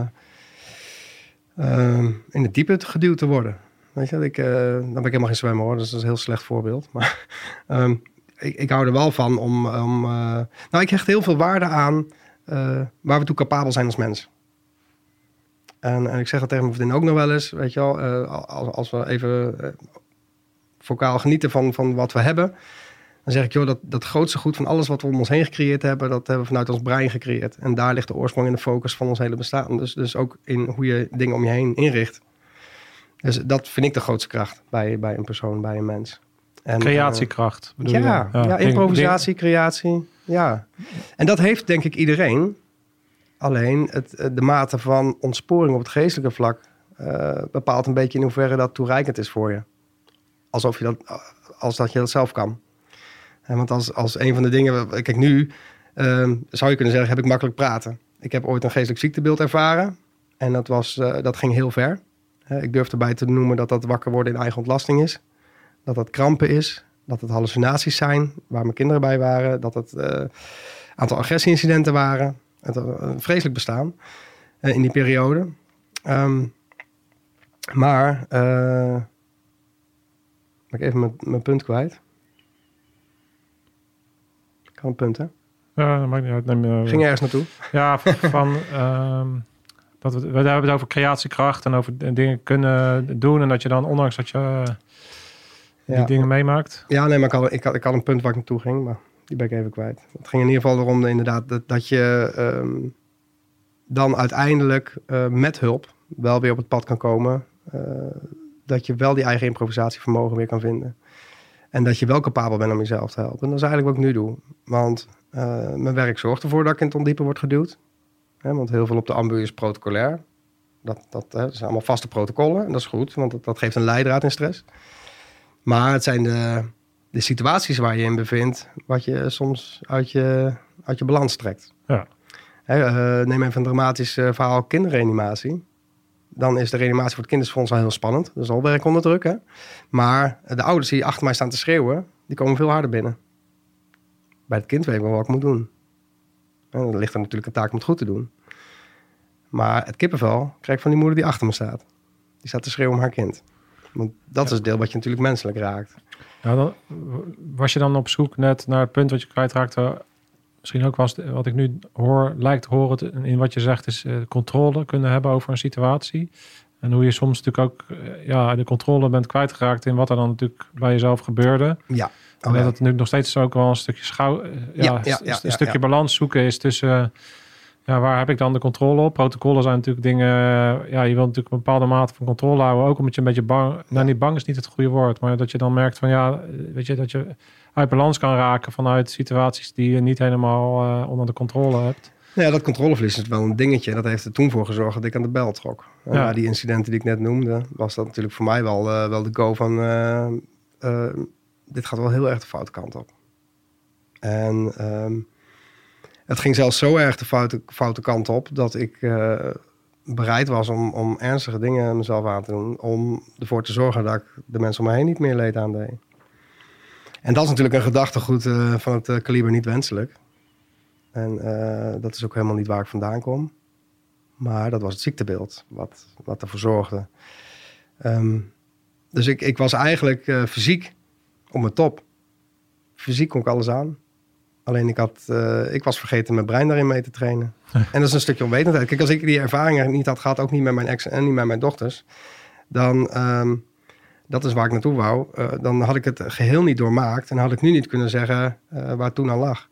Speaker 2: in het diepe geduwd te worden. Weet je, dan ben ik helemaal geen zwemmer, hoor. Dus dat is een heel slecht voorbeeld. Maar ik hou er wel van om nou, ik hecht heel veel waarde aan waar we toe capabel zijn als mens. En ik zeg dat tegen mijn vriendin ook nog wel eens, weet je wel, als we even vocaal genieten van wat we hebben, dan zeg ik, joh, dat grootste goed van alles wat we om ons heen gecreëerd hebben, dat hebben we vanuit ons brein gecreëerd. En daar ligt de oorsprong en de focus van ons hele bestaan. Dus ook in hoe je dingen om je heen inricht. Dus dat vind ik de grootste kracht bij een persoon, bij een mens. En,
Speaker 3: Creatiekracht. Bedoel je?
Speaker 2: Ja, improvisatie, creatie. Ja. En dat heeft denk ik iedereen. Alleen de mate van ontsporing op het geestelijke vlak bepaalt een beetje in hoeverre dat toereikend is voor je. Als dat je dat zelf kan. Want als een van de dingen... Kijk, nu zou je kunnen zeggen, heb ik makkelijk praten. Ik heb ooit een geestelijk ziektebeeld ervaren. En dat ging heel ver. Ik durf erbij te noemen dat wakker worden in eigen ontlasting is. Dat krampen is. Dat het hallucinaties zijn, waar mijn kinderen bij waren. Dat het aantal agressieincidenten waren. Een vreselijk bestaan in die periode. Maar ben ik even mijn punt kwijt. Ik had een punt, hè?
Speaker 3: Ja, dat maakt niet uit.
Speaker 2: Ging ergens naartoe?
Speaker 3: Ja, dat we hebben het over creatiekracht en over dingen kunnen doen. En dat je dan, ondanks dat je die dingen meemaakt.
Speaker 2: Ja, nee, maar ik had een punt waar ik naartoe ging, maar die ben ik even kwijt. Het ging in ieder geval erom inderdaad dat je dan uiteindelijk met hulp wel weer op het pad kan komen. Dat je wel die eigen improvisatievermogen weer kan vinden. En dat je wel capabel bent om jezelf te helpen. En dat is eigenlijk wat ik nu doe. Want mijn werk zorgt ervoor dat ik in het ondiepe word geduwd. Want heel veel op de ambu is protocolair. Dat zijn allemaal vaste protocollen. En dat is goed, want dat geeft een leidraad in stress. Maar het zijn de situaties waar je in bevindt, wat je soms uit je balans trekt.
Speaker 3: Ja.
Speaker 2: Neem even een dramatisch verhaal kinderreanimatie. Dan is de reanimatie voor het kind voor ons al heel spannend. Dat is al werk onder druk. Hè? Maar de ouders die achter mij staan te schreeuwen, die komen veel harder binnen. Bij het kind weet ik wel wat ik moet doen. En dan ligt er natuurlijk een taak om het goed te doen. Maar het kippenvel krijg ik van die moeder die achter me staat. Die staat te schreeuwen om haar kind. Want dat is het deel wat je natuurlijk menselijk raakt.
Speaker 3: Nou, dan was je dan op zoek net naar het punt wat je kwijtraakte. Misschien ook was wat ik nu lijkt te horen in wat je zegt is controle kunnen hebben over een situatie. En hoe je soms natuurlijk ook de controle bent kwijtgeraakt in wat er dan natuurlijk bij jezelf gebeurde.
Speaker 2: Ja.
Speaker 3: En dat het nu nog steeds ook wel een stukje een stukje balans zoeken is tussen waar heb ik dan de controle op? Protocollen zijn natuurlijk dingen. Ja, je wilt natuurlijk een bepaalde mate van controle houden, ook omdat je een beetje bang. Nou, niet bang is niet het goede woord, maar dat je dan merkt van weet je, dat je uit balans kan raken vanuit situaties die je niet helemaal onder de controle hebt.
Speaker 2: Ja, dat controleverlies is wel een dingetje. Dat heeft er toen voor gezorgd dat ik aan de bel trok. En na die incidenten die ik net noemde, was dat natuurlijk voor mij wel de go van dit gaat wel heel erg de foute kant op. En het ging zelfs zo erg de foute kant op dat ik bereid was om ernstige dingen mezelf aan te doen. Om ervoor te zorgen dat ik de mensen om me heen niet meer leed aan deed. En dat is natuurlijk een gedachtegoed van het kaliber niet wenselijk. En dat is ook helemaal niet waar ik vandaan kom. Maar dat was het ziektebeeld wat ervoor zorgde. Dus ik was eigenlijk fysiek op mijn top. Fysiek kon ik alles aan. Alleen ik was vergeten mijn brein daarin mee te trainen. En dat is een stukje onwetendheid. Kijk, als ik die ervaringen niet had gehad, ook niet met mijn ex en niet met mijn dochters, dan, dat is waar ik naartoe wou, dan had ik het geheel niet doormaakt en had ik nu niet kunnen zeggen waar het toen aan lag.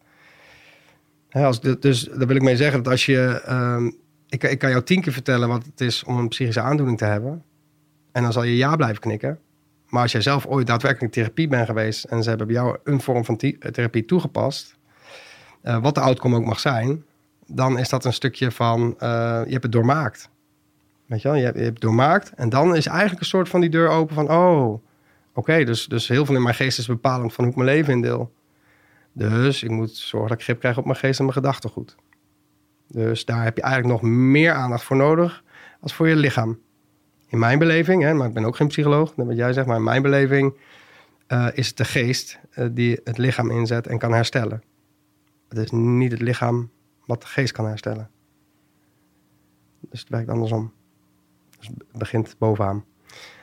Speaker 2: Dus daar wil ik mee zeggen dat als je... Ik kan jou 10 keer vertellen wat het is om een psychische aandoening te hebben. En dan zal je ja blijven knikken. Maar als jij zelf ooit daadwerkelijk in therapie bent geweest en ze hebben bij jou een vorm van therapie toegepast, wat de outcome ook mag zijn, dan is dat een stukje van, je hebt het doormaakt. Weet je wel, je hebt het doormaakt en dan is eigenlijk een soort van die deur open van, oké, dus heel veel in mijn geest is bepalend van hoe ik mijn leven indeel. Dus ik moet zorgen dat ik grip krijg op mijn geest en mijn gedachtegoed. Dus daar heb je eigenlijk nog meer aandacht voor nodig als voor je lichaam. In mijn beleving, maar ik ben ook geen psycholoog, wat jij zegt, maar in mijn beleving is het de geest die het lichaam inzet en kan herstellen. Het is niet het lichaam wat de geest kan herstellen. Dus het werkt andersom. Dus het begint bovenaan.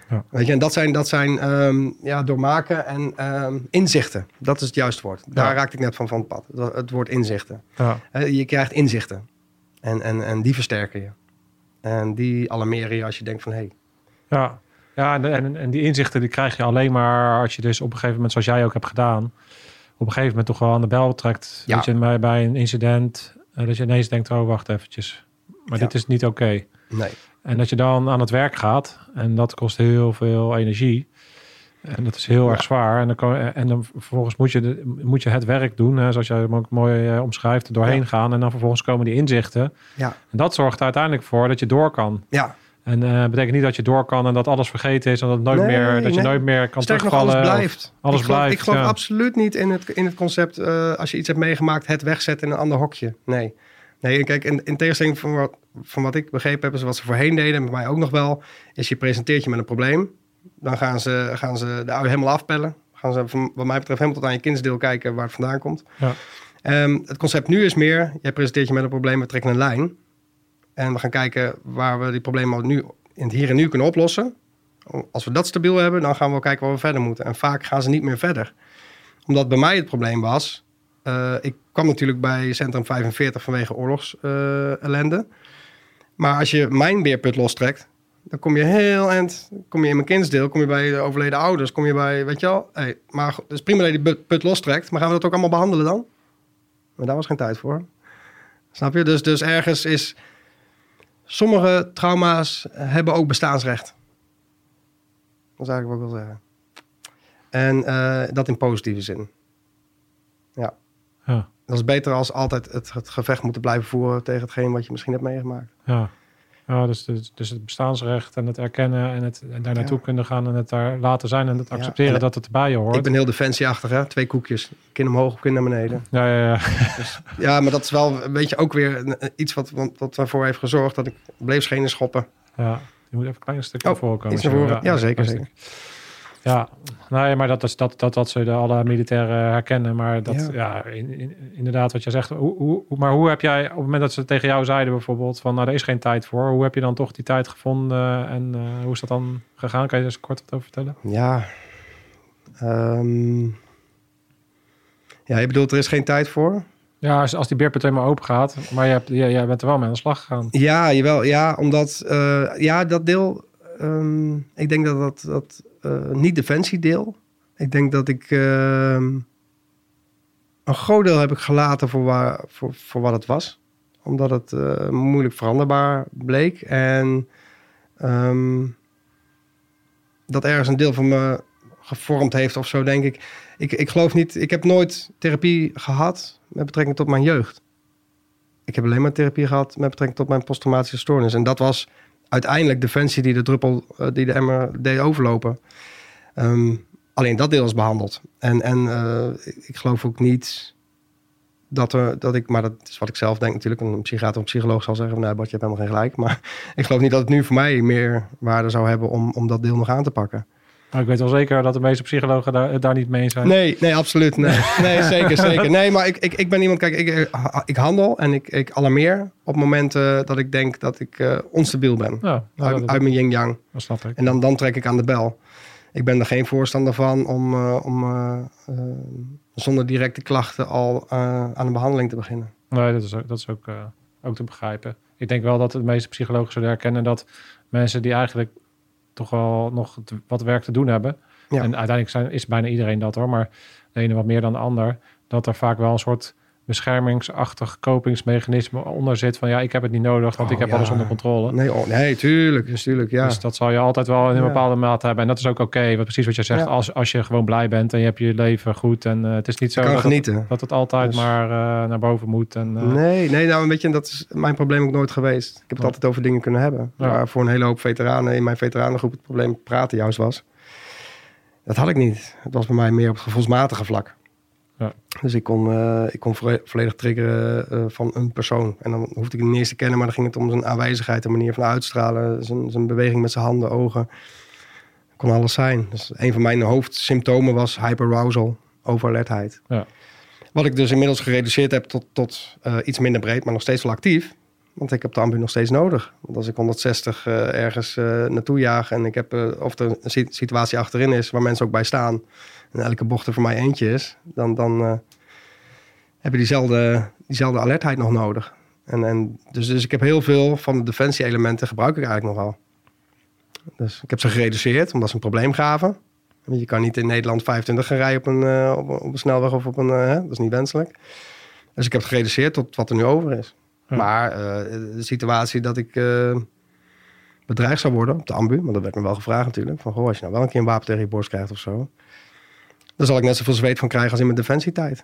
Speaker 3: Ja.
Speaker 2: Weet je, en dat zijn doormaken en inzichten. Dat is het juiste woord. Daar raakte ik net van het pad. Het woord inzichten.
Speaker 3: Ja.
Speaker 2: Je krijgt inzichten. En die versterken je. En die alarmeren je als je denkt van... Hey.
Speaker 3: Ja, en die inzichten die krijg je alleen maar als je dus op een gegeven moment, zoals jij ook hebt gedaan, op een gegeven moment toch wel aan de bel trekt.
Speaker 2: Ja.
Speaker 3: Dat je bij een incident, dat je ineens denkt, oh wacht eventjes. Maar dit is niet oké.
Speaker 2: Nee.
Speaker 3: En dat je dan aan het werk gaat en dat kost heel veel energie. En dat is heel erg zwaar. En dan vervolgens moet je het werk doen, hè, zoals jij hem ook mooi omschrijft, doorheen gaan. En dan vervolgens komen die inzichten.
Speaker 2: Ja.
Speaker 3: En dat zorgt er uiteindelijk voor dat je door kan.
Speaker 2: Ja.
Speaker 3: En betekent niet dat je door kan en dat alles vergeten is en dat, je nooit meer kan
Speaker 2: Sterker nog,
Speaker 3: terugvallen.
Speaker 2: alles blijft. Ik geloof
Speaker 3: ja.
Speaker 2: absoluut niet in het concept, als je iets hebt meegemaakt, het wegzetten in een ander hokje. Nee, kijk, in tegenstelling van wat ik begrepen heb, is wat ze voorheen deden, met mij ook nog wel, is je presenteert je met een probleem. Dan gaan ze de ui helemaal afpellen. Gaan ze, wat mij betreft, helemaal tot aan je kindsdeel kijken waar het vandaan komt.
Speaker 3: Ja.
Speaker 2: Het concept nu is meer, jij presenteert je met een probleem, we trekken een lijn. En we gaan kijken waar we die problemen nu in het hier en nu kunnen oplossen. Als we dat stabiel hebben, dan gaan we wel kijken waar we verder moeten. En vaak gaan ze niet meer verder. Omdat bij mij het probleem was, ik kwam natuurlijk bij Centrum 45 vanwege oorlogsellende. Maar als je mijn beerput lostrekt, dan kom je heel eind, kom je in mijn kindsdeel, kom je bij de overleden ouders, kom je bij, weet je wel. Hey, maar het is prima dat je die put lostrekt, maar gaan we dat ook allemaal behandelen dan? Maar daar was geen tijd voor. Snap je? Dus ergens is... Sommige trauma's hebben ook bestaansrecht. Dat is eigenlijk wat ik wil zeggen. En dat in positieve zin. Ja. Dat is beter als altijd het gevecht moeten blijven voeren tegen hetgeen wat je misschien hebt meegemaakt.
Speaker 3: Ja, dus het bestaansrecht en het erkennen en daar naartoe kunnen gaan en het daar laten zijn en het accepteren en dat het erbij je hoort.
Speaker 2: Ik ben heel defensieachtig, hè? 2 koekjes. Kin omhoog, kin naar beneden.
Speaker 3: Ja.
Speaker 2: Dus, maar dat is wel een beetje ook weer iets wat ervoor heeft gezorgd dat ik bleef schenen schoppen.
Speaker 3: Ja, je moet even een klein stukje naar voren komen.
Speaker 2: Iets naar voren. Ja, zeker. Ja,
Speaker 3: nee, maar dat ze alle militairen herkennen. Maar dat, inderdaad wat jij zegt. Hoe heb jij, op het moment dat ze tegen jou zeiden bijvoorbeeld van, nou, er is geen tijd voor. Hoe heb je dan toch die tijd gevonden en hoe is dat dan gegaan? Kan je er eens kort wat over vertellen?
Speaker 2: Ja, je bedoelt er is geen tijd voor?
Speaker 3: Ja, als die beerput helemaal open gaat, maar jij bent er wel mee aan de slag gegaan.
Speaker 2: Ja, jawel. Ja, omdat, dat deel, ik denk dat niet defensiedeel. Ik denk dat ik een groot deel heb ik gelaten voor wat het was. Omdat het moeilijk veranderbaar bleek. En dat ergens een deel van me gevormd heeft of zo, denk ik. Ik geloof niet, ik heb nooit therapie gehad met betrekking tot mijn jeugd. Ik heb alleen maar therapie gehad met betrekking tot mijn posttraumatische stoornis. En dat was uiteindelijk defensie die de druppel, die de emmer deed overlopen. Alleen dat deel is behandeld. En ik geloof ook niet dat ik, maar dat is wat ik zelf denk natuurlijk, een psychiater of een psycholoog zal zeggen, nou Bart, je hebt helemaal geen gelijk. Maar ik geloof niet dat het nu voor mij meer waarde zou hebben om dat deel nog aan te pakken.
Speaker 3: Maar ik weet wel zeker dat de meeste psychologen daar niet mee eens zijn.
Speaker 2: Nee, absoluut. Nee, zeker. Nee, maar ik ben iemand, kijk, ik handel en ik alarmeer op momenten dat ik denk dat ik onstabiel ben.
Speaker 3: Ja,
Speaker 2: uit mijn yin-yang.
Speaker 3: Dat snap ik.
Speaker 2: En dan trek ik aan de bel. Ik ben er geen voorstander van om zonder directe klachten al aan een behandeling te beginnen.
Speaker 3: Nee, dat is ook te begrijpen. Ik denk wel dat de meeste psychologen zullen herkennen dat mensen die eigenlijk toch wel nog wat werk te doen hebben. Ja. En uiteindelijk is bijna iedereen dat hoor. Maar de ene wat meer dan de ander. Dat er vaak wel een soort beschermingsachtig kopingsmechanisme onder zit. Van ik heb het niet nodig, want ik heb alles onder controle.
Speaker 2: Nee, tuurlijk. Ja.
Speaker 3: Dus dat zal je altijd wel in een bepaalde mate hebben. En dat is ook oké. Want precies wat je zegt, als je gewoon blij bent en je hebt je leven goed. En het is niet zo dat het altijd maar naar boven moet. En,
Speaker 2: Nee, nou een beetje, dat is mijn probleem ook nooit geweest. Ik heb het altijd over dingen kunnen hebben. Ja. Waar voor een hele hoop veteranen in mijn veteranengroep het probleem praten juist was. Dat had ik niet. Het was bij mij meer op het gevoelsmatige vlak. Ja. Dus ik kon volledig triggeren van een persoon. En dan hoefde ik hem niet eens te kennen, maar dan ging het om zijn aanwezigheid, de manier van uitstralen, zijn beweging met zijn handen, ogen. Het kon alles zijn. Dus een van mijn hoofdsymptomen was hyperarousal, overalertheid. Ja. Wat ik dus inmiddels gereduceerd heb tot iets minder breed, maar nog steeds wel actief. Want ik heb de ambu nog steeds nodig. Want als ik 160 ergens naartoe jaag en ik heb of er een situatie achterin is waar mensen ook bij staan en elke bocht er voor mij eentje is, dan heb je diezelfde alertheid nog nodig. Dus ik heb heel veel van de defensie-elementen gebruik ik eigenlijk nog wel. Dus ik heb ze gereduceerd omdat ze een probleem gaven. Je kan niet in Nederland 25 gaan rijden op een snelweg of op een... dat is niet wenselijk. Dus ik heb het gereduceerd tot wat er nu over is. Ja. Maar de situatie dat ik bedreigd zou worden op de ambu... want dat werd me wel gevraagd natuurlijk... van als je nou wel een keer een wapen tegen je borst krijgt of zo... dan zal ik net zoveel zweet van krijgen als in mijn defensietijd.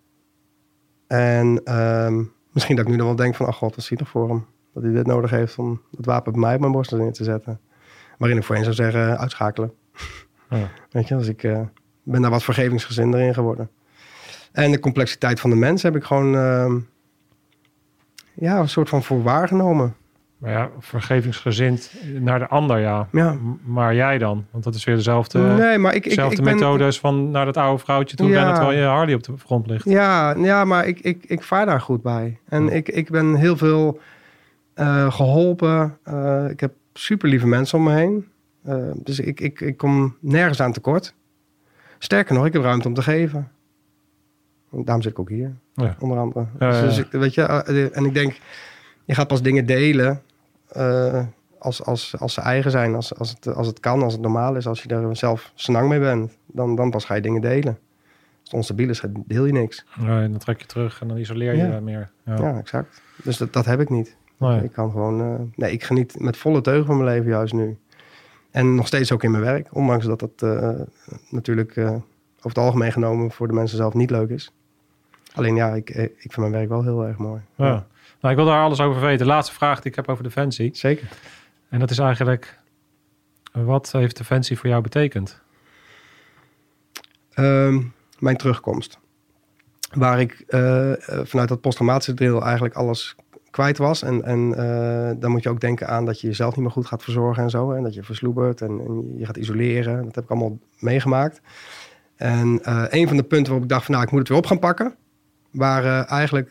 Speaker 2: En misschien dat ik nu dan wel denk van... ach god, wat zie je toch voor hem? Dat hij dit nodig heeft om het wapen bij mij op mijn borst neer te zetten. Waarin ik voorheen zou zeggen, uitschakelen. Ja. Weet je, dus ik ben daar wat vergevingsgezinder in geworden. En de complexiteit van de mens heb ik gewoon een soort van voor waargenomen.
Speaker 3: Maar ja, vergevingsgezind naar de ander, ja. Maar jij dan? Want dat is weer dezelfde, methodes van naar dat oude vrouwtje toe rennen terwijl je Harley op de grond ligt.
Speaker 2: Ja, maar ik vaar daar goed bij. En ik ben heel veel geholpen. Ik heb super lieve mensen om me heen. Dus ik kom nergens aan tekort. Sterker nog, ik heb ruimte om te geven. Daarom zit ik ook hier, onder andere. Dus weet je, en ik denk, je gaat pas dingen delen als ze eigen zijn, als het kan, als het normaal is, als je er zelf senang mee bent, dan pas ga je dingen delen. Als het onstabiel is, deel je niks.
Speaker 3: Nee, dan trek je terug en dan isoleer je meer.
Speaker 2: Ja, exact. Dus dat heb ik niet. Nee. Ik kan gewoon, ik geniet met volle teugen van mijn leven juist nu. En nog steeds ook in mijn werk, ondanks dat het natuurlijk over het algemeen genomen voor de mensen zelf niet leuk is. Alleen ik vind mijn werk wel heel erg mooi.
Speaker 3: Ja. Nou, ik wil daar alles over weten. De laatste vraag die ik heb over Defensie.
Speaker 2: Zeker.
Speaker 3: En dat is eigenlijk, wat heeft Defensie voor jou betekend?
Speaker 2: Mijn terugkomst. Waar ik vanuit dat posttraumatische deel eigenlijk alles kwijt was. En dan moet je ook denken aan dat je jezelf niet meer goed gaat verzorgen en zo. En dat je versloebert en je gaat isoleren. Dat heb ik allemaal meegemaakt. En een van de punten waarop ik dacht van ik moet het weer op gaan pakken, waren eigenlijk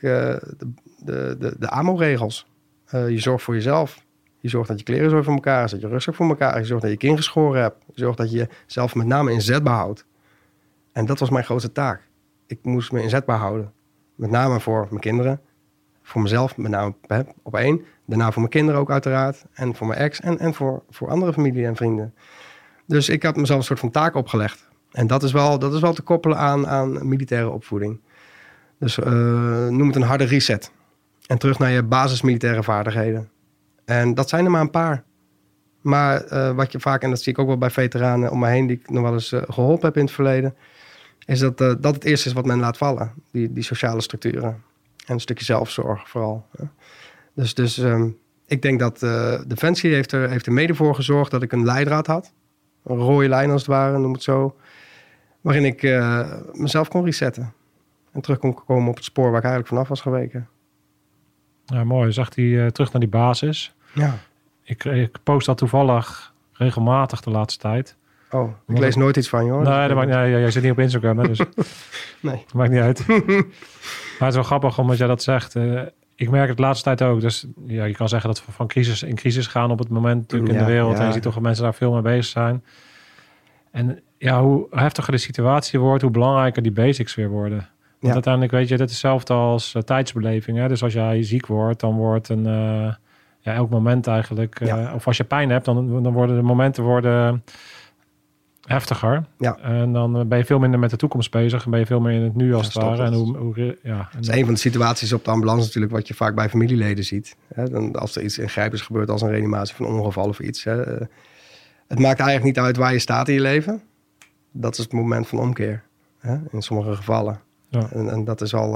Speaker 2: de AMO-regels. Je zorgt voor jezelf. Je zorgt dat je kleren zo voor elkaar is, dat je rugzak voor elkaar is. Je zorgt dat je kind geschoren hebt. Je zorgt dat je jezelf met name inzetbaar houdt. En dat was mijn grootste taak. Ik moest me inzetbaar houden. Met name voor mijn kinderen. Voor mezelf, met name op één. Daarna voor mijn kinderen ook uiteraard. En voor mijn ex en voor andere familie en vrienden. Dus ik had mezelf een soort van taak opgelegd. En dat is wel te koppelen aan militaire opvoeding. Dus noem het een harde reset. En terug naar je basismilitaire vaardigheden. En dat zijn er maar een paar. Maar wat je vaak, en dat zie ik ook wel bij veteranen om me heen, die ik nog wel eens geholpen heb in het verleden, is dat het eerste is wat men laat vallen. Die sociale structuren. En een stukje zelfzorg vooral. Dus ik denk dat Defensie heeft er mede voor gezorgd dat ik een leidraad had. Een rode lijn als het ware, noem het zo. Waarin ik mezelf kon resetten. En terug kon komen op het spoor waar ik eigenlijk vanaf was geweken.
Speaker 3: Ja, mooi. Zag hij terug naar die basis.
Speaker 2: Ja.
Speaker 3: Ik post dat toevallig regelmatig de laatste tijd.
Speaker 2: Oh, ik lees nooit iets van je hoor.
Speaker 3: Nee, jij zit niet op Instagram, hè, dus
Speaker 2: nee.
Speaker 3: Dat maakt niet uit. Maar het is wel grappig omdat jij dat zegt. Ik merk het de laatste tijd ook. Dus ja, je kan zeggen dat we van crisis in crisis gaan op het moment natuurlijk in de wereld. En je ziet toch dat mensen daar veel mee bezig zijn. En ja, hoe heftiger de situatie wordt, hoe belangrijker die basics weer worden. Want uiteindelijk weet je, dit is hetzelfde als tijdsbeleving. Hè? Dus als jij ziek wordt, dan wordt elk moment eigenlijk... of als je pijn hebt, dan worden de momenten heftiger. Ja. En dan ben je veel minder met de toekomst bezig. En ben je veel meer in het nu als het ware. En
Speaker 2: dat is een van de situaties op de ambulance natuurlijk wat je vaak bij familieleden ziet. Hè? Dan, als er iets ingrijpends gebeurt als een reanimatie van een ongeval of iets. Hè? Het maakt eigenlijk niet uit waar je staat in je leven. Dat is het moment van omkeer. Hè? In sommige gevallen. Ja. En dat is al...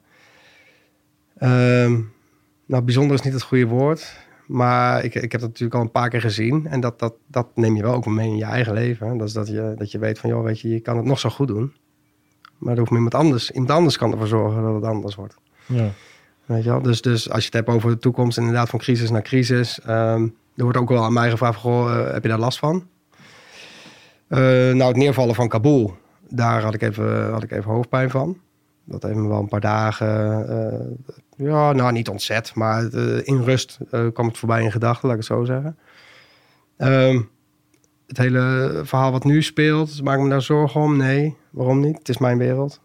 Speaker 2: bijzonder is niet het goede woord. Maar ik heb dat natuurlijk al een paar keer gezien. En dat neem je wel ook mee in je eigen leven. Hè? Dat is dat je weet van, joh, weet je kan het nog zo goed doen. Maar er hoeft iemand anders kan ervoor zorgen dat het anders wordt. Ja. Weet je wel? Dus als je het hebt over de toekomst, inderdaad van crisis naar crisis. Er wordt ook wel aan mij gevraagd, heb je daar last van? Het neervallen van Kabul, daar had ik even hoofdpijn van. Dat heeft me wel een paar dagen Ja, nou niet ontzet, maar in rust kwam het voorbij in gedachten, laat ik het zo zeggen. Het hele verhaal wat nu speelt, maak ik me daar zorgen om? Nee, waarom niet? Het is mijn wereld.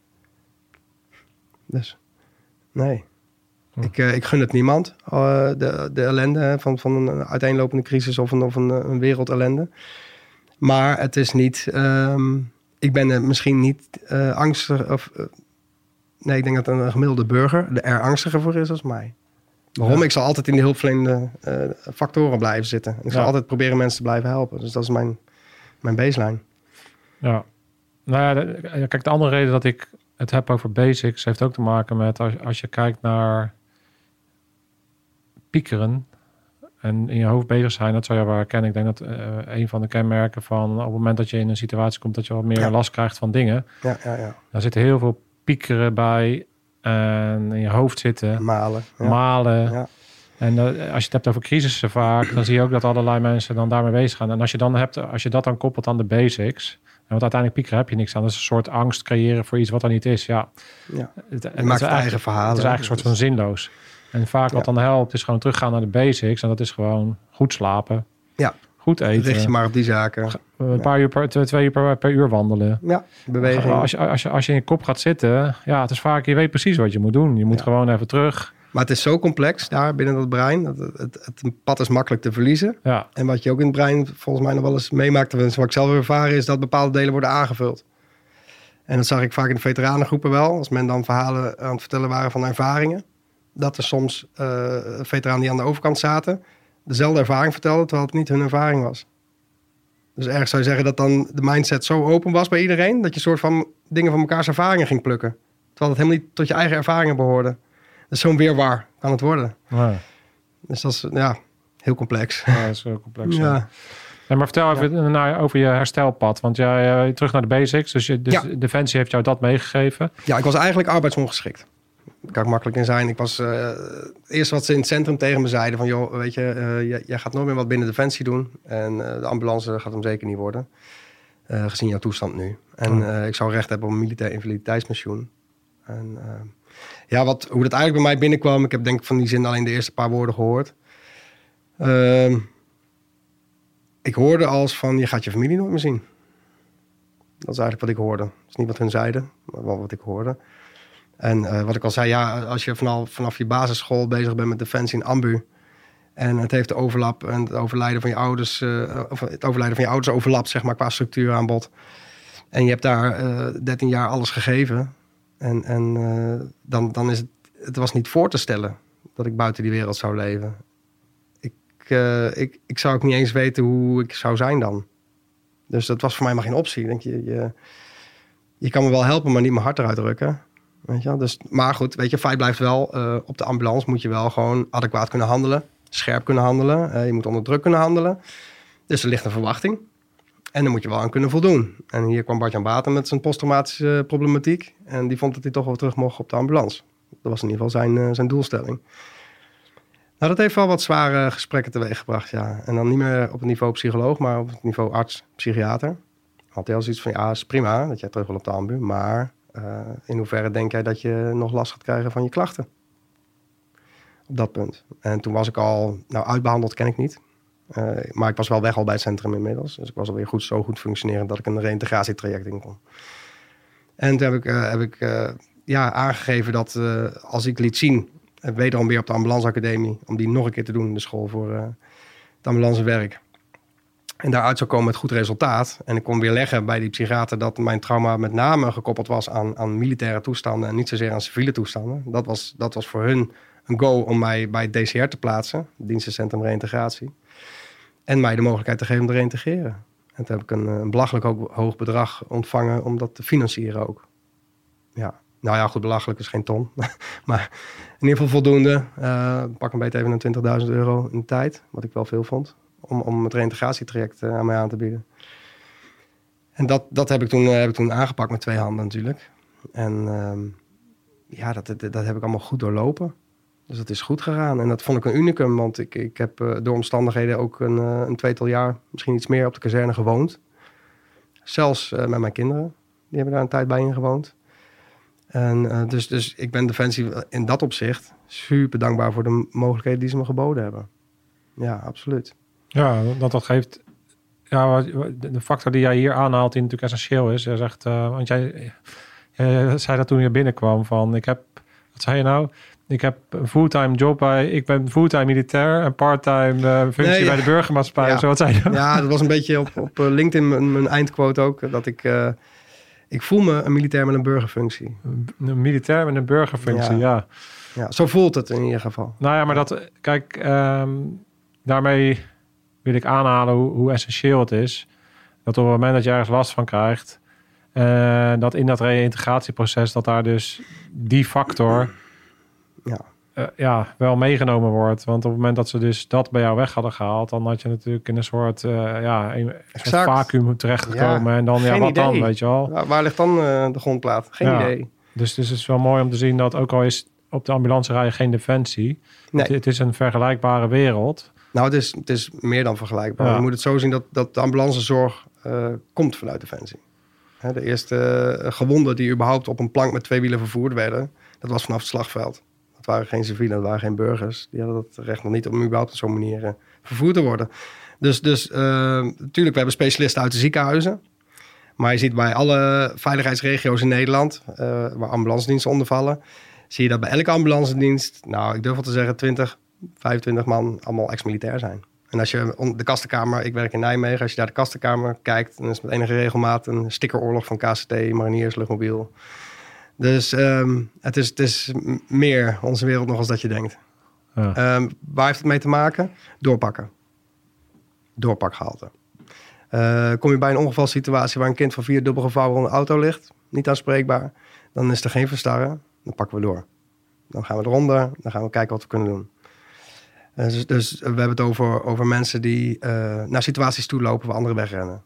Speaker 2: Dus, nee. Ik gun het niemand, de ellende van een uiteenlopende crisis of een wereldellende. Maar het is niet... ik ben er misschien niet angstig... nee, ik denk dat een gemiddelde burger er angstiger voor is als mij. Waarom? Ik zal altijd in die hulpverlenende factoren blijven zitten. Ik zal altijd proberen mensen te blijven helpen. Dus dat is mijn baseline.
Speaker 3: Ja. Nou ja, kijk, de andere reden dat ik het heb over basics... heeft ook te maken met als je kijkt naar piekeren... en in je hoofd bezig zijn, dat zou je wel herkennen. Ik denk dat een van de kenmerken van... op het moment dat je in een situatie komt... dat je wat meer last krijgt van dingen.
Speaker 2: Ja.
Speaker 3: Daar zitten heel veel piekeren bij... en in je hoofd zitten. Malen. Ja. En als je het hebt over crisissen vaak... dan zie je ook dat allerlei mensen dan daarmee bezig gaan. En als je dat dan koppelt aan de basics... want uiteindelijk piekeren heb je niks aan. Dat is een soort angst creëren voor iets wat er niet is. Ja.
Speaker 2: Je maakt je eigen verhalen.
Speaker 3: Het is eigenlijk een soort van zinloos. En vaak wat dan helpt is gewoon teruggaan naar de basics. En dat is gewoon goed slapen. Ja. Goed eten.
Speaker 2: Richt je maar op die zaken.
Speaker 3: Een paar uur 2 uur per uur wandelen.
Speaker 2: Ja, beweging.
Speaker 3: Als je in je kop gaat zitten... ja, het is vaak... je weet precies wat je moet doen. Je moet gewoon even terug.
Speaker 2: Maar het is zo complex daar binnen dat brein. Het pad is makkelijk te verliezen. Ja. En wat je ook in het brein volgens mij nog wel eens meemaakt... wat ik zelf heb ervaren is dat bepaalde delen worden aangevuld. En dat zag ik vaak in de veteranengroepen wel. Als men dan verhalen aan het vertellen waren van ervaringen... dat er soms veteranen die aan de overkant zaten... dezelfde ervaring vertelden, terwijl het niet hun ervaring was. Dus ergens zou je zeggen dat dan de mindset zo open was bij iedereen... dat je soort van dingen van elkaars ervaringen ging plukken. Terwijl het helemaal niet tot je eigen ervaringen behoorde. Dus zo'n weerwar kan het worden. Ja. Dus dat is heel complex.
Speaker 3: Ja, dat is heel complex. Ja. Ja, maar vertel even over je herstelpad. Want jij terug naar de basics. Dus Defensie heeft jou dat meegegeven.
Speaker 2: Ja, ik was eigenlijk arbeidsongeschikt. Daar kan ik makkelijk in zijn. Ik was eerst wat ze in het centrum tegen me zeiden... van joh, weet je, jij gaat nooit meer wat binnen Defensie doen. En de ambulance gaat hem zeker niet worden. Gezien jouw toestand nu. En ik zou recht hebben op een militair invaliditeitspensioen. En hoe dat eigenlijk bij mij binnenkwam... ik heb denk ik van die zin alleen de eerste paar woorden gehoord. Ik hoorde als van, je gaat je familie nooit meer zien. Dat is eigenlijk wat ik hoorde. Dat is niet wat hun zeiden, maar wel wat ik hoorde. En wat ik al zei, als je vanaf je basisschool bezig bent met Defensie en ambu... en het heeft de overlap en het overlijden van je ouders... overlapt, zeg maar, qua structuuraanbod. En je hebt daar 13 jaar alles gegeven... dan is het was niet voor te stellen dat ik buiten die wereld zou leven. Ik zou ook niet eens weten hoe ik zou zijn dan. Dus dat was voor mij maar geen optie. Denk je kan me wel helpen, maar niet mijn hart eruit drukken. Weet je? Dus, maar goed, weet je, feit blijft wel... op de ambulance moet je wel gewoon adequaat kunnen handelen. Scherp kunnen handelen. Je moet onder druk kunnen handelen. Dus er ligt een verwachting. En daar moet je wel aan kunnen voldoen. En hier kwam Bart-Jan Baten met zijn posttraumatische problematiek. En die vond dat hij toch wel terug mocht op de ambulance. Dat was in ieder geval zijn doelstelling. Nou, dat heeft wel wat zware gesprekken teweeggebracht, ja. En dan niet meer op het niveau psycholoog, maar op het niveau arts, psychiater. Had hij al zoiets van, ja, is prima dat jij terug wil op de ambu. Maar in hoeverre denk jij dat je nog last gaat krijgen van je klachten? Op dat punt. En toen was ik al, uitbehandeld ken ik niet. Maar ik was wel weg al bij het centrum inmiddels. Dus ik was alweer zo goed functionerend dat ik een reïntegratietraject in kon. En toen heb ik aangegeven dat als ik liet zien... wederom weer op de ambulanceacademie... om die nog een keer te doen in de school voor het ambulancewerk. En daaruit zou komen met goed resultaat. En ik kon weer leggen bij die psychiater... dat mijn trauma met name gekoppeld was aan militaire toestanden... en niet zozeer aan civiele toestanden. Dat was voor hun een go om mij bij het DCR te plaatsen. Het Dienstencentrum Reïntegratie. En mij de mogelijkheid te geven om te reïntegreren. En toen heb ik een belachelijk hoog bedrag ontvangen... om dat te financieren ook. Ja. Nou ja, goed, belachelijk is geen ton. Maar in ieder geval voldoende. Pak een beetje even €20.000 in de tijd. Wat ik wel veel vond. Om het reïntegratietraject aan mij aan te bieden. En dat heb ik toen aangepakt met 2 handen natuurlijk. En dat heb ik allemaal goed doorlopen. Dus dat is goed gegaan. En dat vond ik een unicum. Want ik heb door omstandigheden ook een 2-tal jaar... misschien iets meer op de kazerne gewoond. Zelfs met mijn kinderen. Die hebben daar een tijd bij in gewoond. En dus ik ben Defensie in dat opzicht super dankbaar voor de mogelijkheden die ze me geboden hebben. Ja, absoluut.
Speaker 3: Ja, dat geeft... Ja, de factor die jij hier aanhaalt, die natuurlijk essentieel is. Jij zegt, want jij zei dat toen je binnenkwam van... Wat zei je nou? Ik heb een fulltime job ik ben fulltime militair en parttime functie bij de burgermaatschappij.
Speaker 2: Ja.
Speaker 3: Zo, wat zei je?
Speaker 2: Ja, dat was een beetje op LinkedIn mijn eindquote ook. Dat ik voel me een militair met een burgerfunctie.
Speaker 3: Een militair met een burgerfunctie, ja.
Speaker 2: Ja, zo voelt het in ieder geval.
Speaker 3: Nou ja, maar daarmee wil ik aanhalen hoe essentieel het is. Dat op het moment dat je ergens last van krijgt... dat in dat reïntegratieproces... dat daar dus die factor... wel meegenomen wordt. Want op het moment dat ze dus dat bij jou weg hadden gehaald... dan had je natuurlijk in een soort, een soort vacuüm terechtgekomen. Ja, en dan, wat idee. Dan, weet je wel.
Speaker 2: Waar ligt dan de grondplaat? Geen idee.
Speaker 3: Dus het is wel mooi om te zien dat ook al is op de ambulance rijden geen defensie... Nee. Het is een vergelijkbare wereld...
Speaker 2: Nou, het is meer dan vergelijkbaar. Ja. Je moet het zo zien dat de ambulancezorg komt vanuit Defensie. De eerste gewonden die überhaupt op een plank met 2 wielen vervoerd werden... dat was vanaf het slagveld. Dat waren geen civielen, dat waren geen burgers. Die hadden dat recht nog niet om überhaupt op zo'n manier vervoerd te worden. Dus natuurlijk, we hebben specialisten uit de ziekenhuizen. Maar je ziet bij alle veiligheidsregio's in Nederland... waar ambulancediensten onder vallen... zie je dat bij elke ambulancedienst... nou, ik durf wel te zeggen 20... 25 man allemaal ex-militair zijn. En als je de Kastenkamer, ik werk in Nijmegen... als je daar de Kastenkamer kijkt... dan is met enige regelmaat een stickeroorlog van KCT... Mariniers, Luchtmobiel. Dus het is meer onze wereld nog als dat je denkt. Ja. Waar heeft het mee te maken? Doorpakken. Doorpakgehalte. Kom je bij een ongevalsituatie... waar een kind van 4 dubbel gevouwen onder de auto ligt... niet aanspreekbaar... dan is er geen verstarren. Dan pakken we door. Dan gaan we eronder. Dan gaan we kijken wat we kunnen doen. Dus we hebben het over mensen die naar situaties toe lopen waar anderen wegrennen.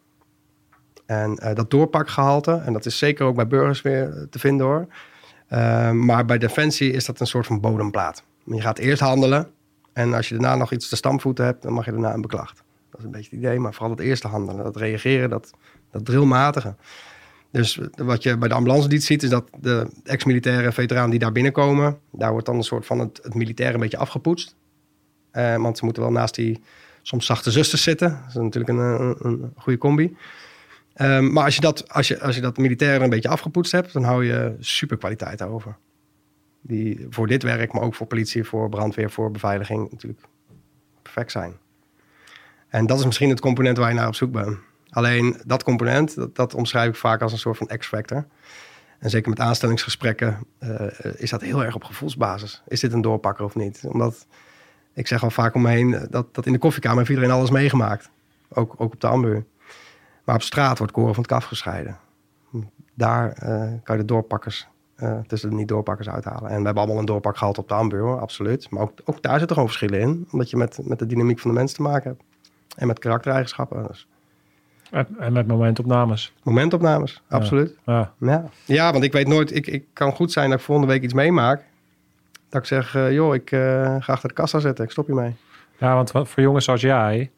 Speaker 2: En dat doorpakgehalte, en dat is zeker ook bij burgers weer te vinden hoor. Maar bij Defensie is dat een soort van bodemplaat. Je gaat eerst handelen en als je daarna nog iets te stampvoeten hebt, dan mag je daarna een beklacht. Dat is een beetje het idee, maar vooral het eerste handelen, dat reageren, dat drillmatige. Dus wat je bij de ambulancedienst ziet, is dat de ex-militaire veteranen die daar binnenkomen, daar wordt dan een soort van het militair een beetje afgepoetst. Want ze moeten wel naast die soms zachte zusters zitten. Dat is natuurlijk een goede combi. Maar als je dat militair een beetje afgepoetst hebt... dan hou je super kwaliteit over. Die voor dit werk, maar ook voor politie, voor brandweer, voor beveiliging... natuurlijk perfect zijn. En dat is misschien het component waar je naar op zoek bent. Alleen dat component, dat omschrijf ik vaak als een soort van X-factor. En zeker met aanstellingsgesprekken is dat heel erg op gevoelsbasis. Is dit een doorpakker of niet? Omdat... Ik zeg al vaak om me heen dat in de koffiekamer heeft iedereen alles meegemaakt. Ook op de ambu. Maar op straat wordt koren van het kaf gescheiden. Daar kan je de doorpakkers tussen de niet-doorpakkers uithalen. En we hebben allemaal een doorpak gehad op de ambu, hoor, absoluut. Maar ook daar zitten gewoon verschillen in. Omdat je met de dynamiek van de mens te maken hebt. En met karaktereigenschappen. Dus.
Speaker 3: En met momentopnames.
Speaker 2: Momentopnames, absoluut. Ja, want ik weet nooit... Ik kan goed zijn dat ik volgende week iets meemaak... Dat ik zeg, ik ga achter de kassa zitten. Ik stop hiermee.
Speaker 3: Ja, want voor jongens zoals jij...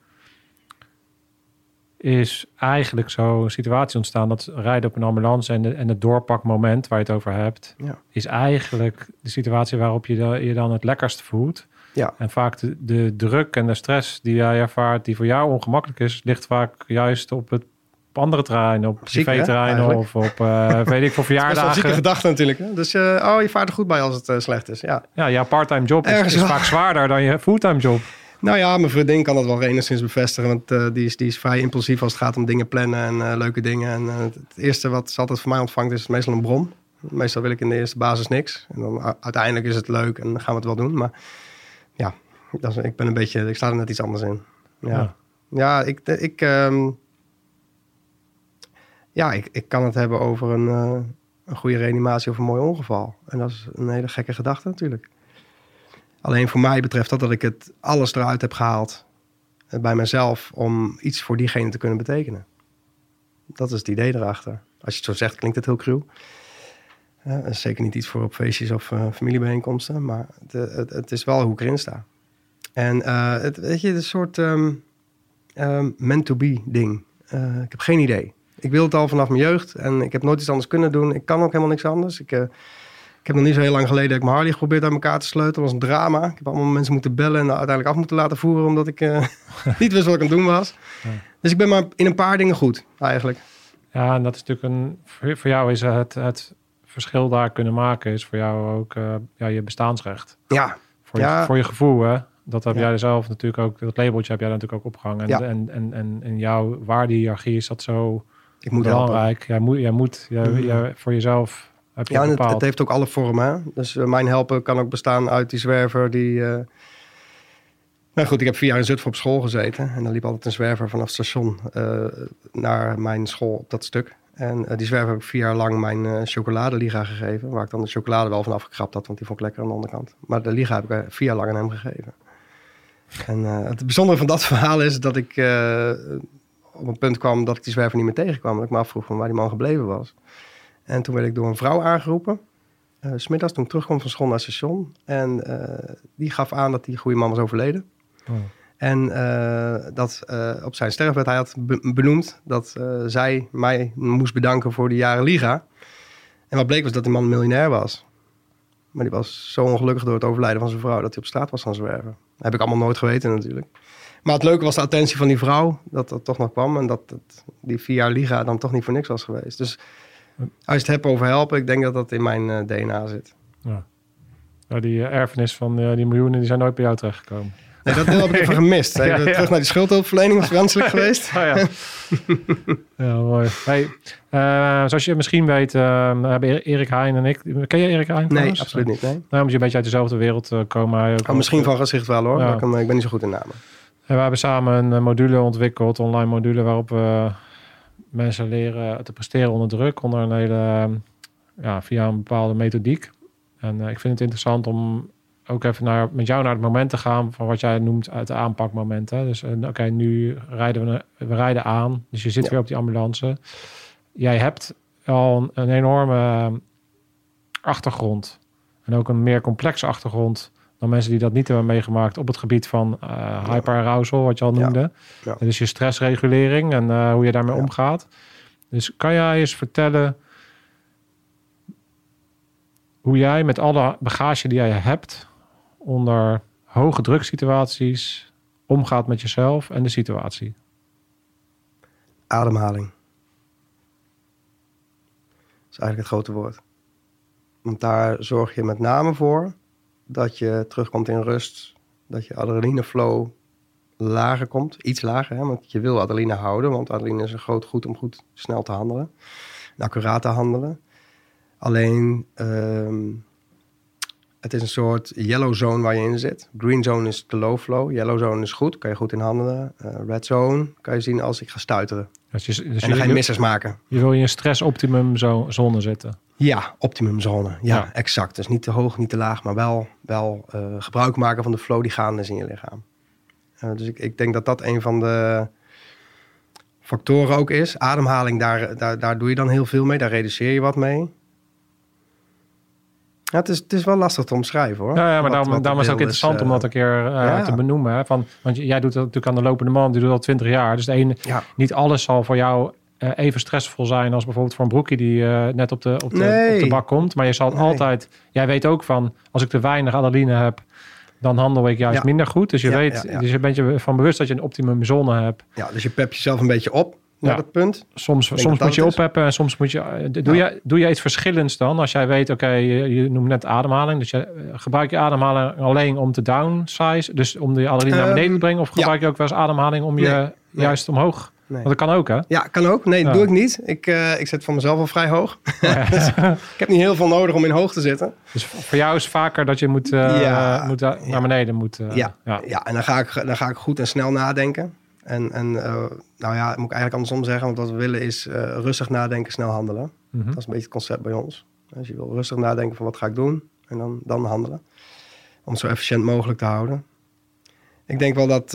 Speaker 3: is eigenlijk zo'n situatie ontstaan... dat rijden op een ambulance en het doorpakmoment waar je het over hebt... is eigenlijk de situatie waarop je dan het lekkerst voelt. Ja. En vaak de druk en de stress die jij ervaart... die voor jou ongemakkelijk is... ligt vaak juist op andere terreinen, op privé-terreinen of op, weet ik, voor verjaardagen. Dat is
Speaker 2: een zieke gedachte natuurlijk. Hè? Dus je vaart er goed bij als het slecht is. Ja,
Speaker 3: jouw part-time job is vaak zwaarder dan je fulltime job.
Speaker 2: Nou ja, mijn vriendin kan dat wel enigszins bevestigen. Want die is vrij impulsief als het gaat om dingen plannen en leuke dingen. En het eerste wat ze altijd van mij ontvangt is meestal een bron. Meestal wil ik in de eerste basis niks. En dan uiteindelijk is het leuk en dan gaan we het wel doen. Maar ja, ik sta er net iets anders in. Ik kan het hebben over een goede reanimatie of een mooi ongeval. En dat is een hele gekke gedachte natuurlijk. Alleen voor mij betreft dat ik het alles eruit heb gehaald bij mezelf om iets voor diegene te kunnen betekenen. Dat is het idee erachter. Als je het zo zegt, klinkt het heel cruw. Zeker niet iets voor op feestjes of familiebijeenkomsten, maar het is wel hoe ik erin sta. En het is een soort meant to be ding. Ik heb geen idee. Ik wil het al vanaf mijn jeugd. En ik heb nooit iets anders kunnen doen. Ik kan ook helemaal niks anders. Ik heb nog niet zo heel lang geleden... dat ik mijn Harley geprobeerd uit elkaar te sleutelen. Dat was een drama. Ik heb allemaal mensen moeten bellen... en uiteindelijk af moeten laten voeren... omdat ik niet wist wat ik aan het doen was. Ja. Dus ik ben maar in een paar dingen goed, eigenlijk.
Speaker 3: Ja, en dat is natuurlijk voor jou is het verschil daar kunnen maken... is voor jou ook je bestaansrecht.
Speaker 2: Ja.
Speaker 3: Voor je gevoel, hè? Dat heb jij zelf natuurlijk ook... Dat labeltje heb jij natuurlijk ook opgehangen.
Speaker 2: Ja.
Speaker 3: En jouw waardehiërarchie is dat zo
Speaker 2: ik
Speaker 3: belangrijk. Jij moet voor jezelf...
Speaker 2: Ja, en het heeft ook alle vormen. Hè? Dus mijn helpen kan ook bestaan uit die zwerver die... Nou goed, ik heb 4 jaar in Zutphen op school gezeten. En dan liep altijd een zwerver vanaf het station naar mijn school op dat stuk. En die zwerver heb ik 4 jaar lang mijn chocoladeliga gegeven. Waar ik dan de chocolade wel van afgekrapt had, want die vond ik lekker aan de onderkant. Maar de liga heb ik 4 jaar lang aan hem gegeven. En het bijzondere van dat verhaal is dat ik op een punt kwam dat ik die zwerver niet meer tegenkwam. Dat ik me afvroeg van waar die man gebleven was. En toen werd ik door een vrouw aangeroepen. 's Middags toen ik terugkwam van school naar het station. En die gaf aan dat die goede man was overleden. Oh. En dat op zijn sterfbed hij had benoemd dat zij mij moest bedanken voor die jaren liga. En wat bleek was dat die man een miljonair was. Maar die was zo ongelukkig door het overlijden van zijn vrouw dat hij op straat was gaan zwerven. Dat heb ik allemaal nooit geweten natuurlijk. Maar het leuke was de attentie van die vrouw, dat dat toch nog kwam. En dat die 4 jaar liga dan toch niet voor niks was geweest. Dus als je het hebt over helpen, ik denk dat dat in mijn DNA zit.
Speaker 3: Ja. Nou, die erfenis van die miljoenen, die zijn nooit bij jou terechtgekomen.
Speaker 2: Nee, dat deel heb ik even gemist. Terug naar die schuldhulpverlening was wenselijk geweest.
Speaker 3: Oh, ja. Ja, mooi. Hey, zoals je misschien weet, hebben Erik Heijn en ik... Ken je Erik Heijn?
Speaker 2: Nee, absoluut niet. Nee.
Speaker 3: Nou, omdat je een beetje uit dezelfde wereld komen.
Speaker 2: Misschien van gezicht wel hoor, ja. Maar ik ben niet zo goed in namen.
Speaker 3: En we hebben samen een module ontwikkeld, online module, waarop we mensen leren te presteren onder druk, onder een hele, via een bepaalde methodiek. En ik vind het interessant om ook even met jou naar het moment te gaan van wat jij noemt uit de aanpakmomenten. Dus oké, nu rijden we rijden aan, dus je zit weer op die ambulance. Jij hebt al een enorme achtergrond en ook een meer complexe achtergrond dan mensen die dat niet hebben meegemaakt op het gebied van hyperarousal, wat je al noemde. Ja. Ja. Dus je stressregulering en hoe je daarmee omgaat. Dus kan jij eens vertellen hoe jij met alle bagage die jij hebt onder hoge druksituaties omgaat met jezelf en de situatie?
Speaker 2: Ademhaling. Dat is eigenlijk het grote woord. Want daar zorg je met name voor dat je terugkomt in rust, dat je adrenalineflow lager komt, iets lager, hè? Want je wil adrenaline houden, want adrenaline is een groot goed om goed snel te handelen en accuraat te handelen. Alleen, het is een soort yellow zone waar je in zit. Green zone is de low flow, yellow zone is goed, kan je goed in handelen. Red zone kan je zien als ik ga stuiteren. Dus en dan ga je missers maken.
Speaker 3: Je wil in een stress-optimum zone zitten.
Speaker 2: Ja, optimumzone. Ja, exact. Dus niet te hoog, niet te laag, maar wel gebruik maken van de flow die gaande is in je lichaam. Dus ik denk dat dat een van de factoren ook is. Ademhaling, daar doe je dan heel veel mee. Daar reduceer je wat mee. Ja, het is wel lastig te omschrijven hoor.
Speaker 3: Ja, maar daarom is het ook interessant om dat een keer te benoemen. Hè? Want jij doet dat natuurlijk aan de lopende man, die doet al 20 jaar. Dus niet alles zal voor jou even stressvol zijn als bijvoorbeeld voor een broekie die net op de bak komt. Maar je zal altijd... Jij weet ook van, als ik te weinig adrenaline heb, dan handel ik juist minder goed. Dus dus je bent je van bewust dat je een optimum zone hebt. Ja,
Speaker 2: dus je pep jezelf een beetje op naar dat punt.
Speaker 3: Soms moet je oppeppen en soms moet je... Doe je iets verschillends dan? Als jij weet, je noemt net ademhaling. Dus je gebruik je ademhaling alleen om te downsize. Dus om de adrenaline naar beneden te brengen. Of gebruik je ook wel eens ademhaling om je juist omhoog... Nee. Want dat kan ook, hè?
Speaker 2: Ja, kan ook. Nee, dat doe ik niet. Ik zit van mezelf al vrij hoog. Dus ik heb niet heel veel nodig om in hoog te zitten.
Speaker 3: Dus voor jou is vaker dat je naar beneden moet.
Speaker 2: En dan ga ik goed en snel nadenken. En moet ik eigenlijk andersom zeggen. Want wat we willen is rustig nadenken, snel handelen. Mm-hmm. Dat is een beetje het concept bij ons. Dus je wil rustig nadenken van wat ga ik doen. En dan handelen. Om het zo efficiënt mogelijk te houden. Ik denk wel dat...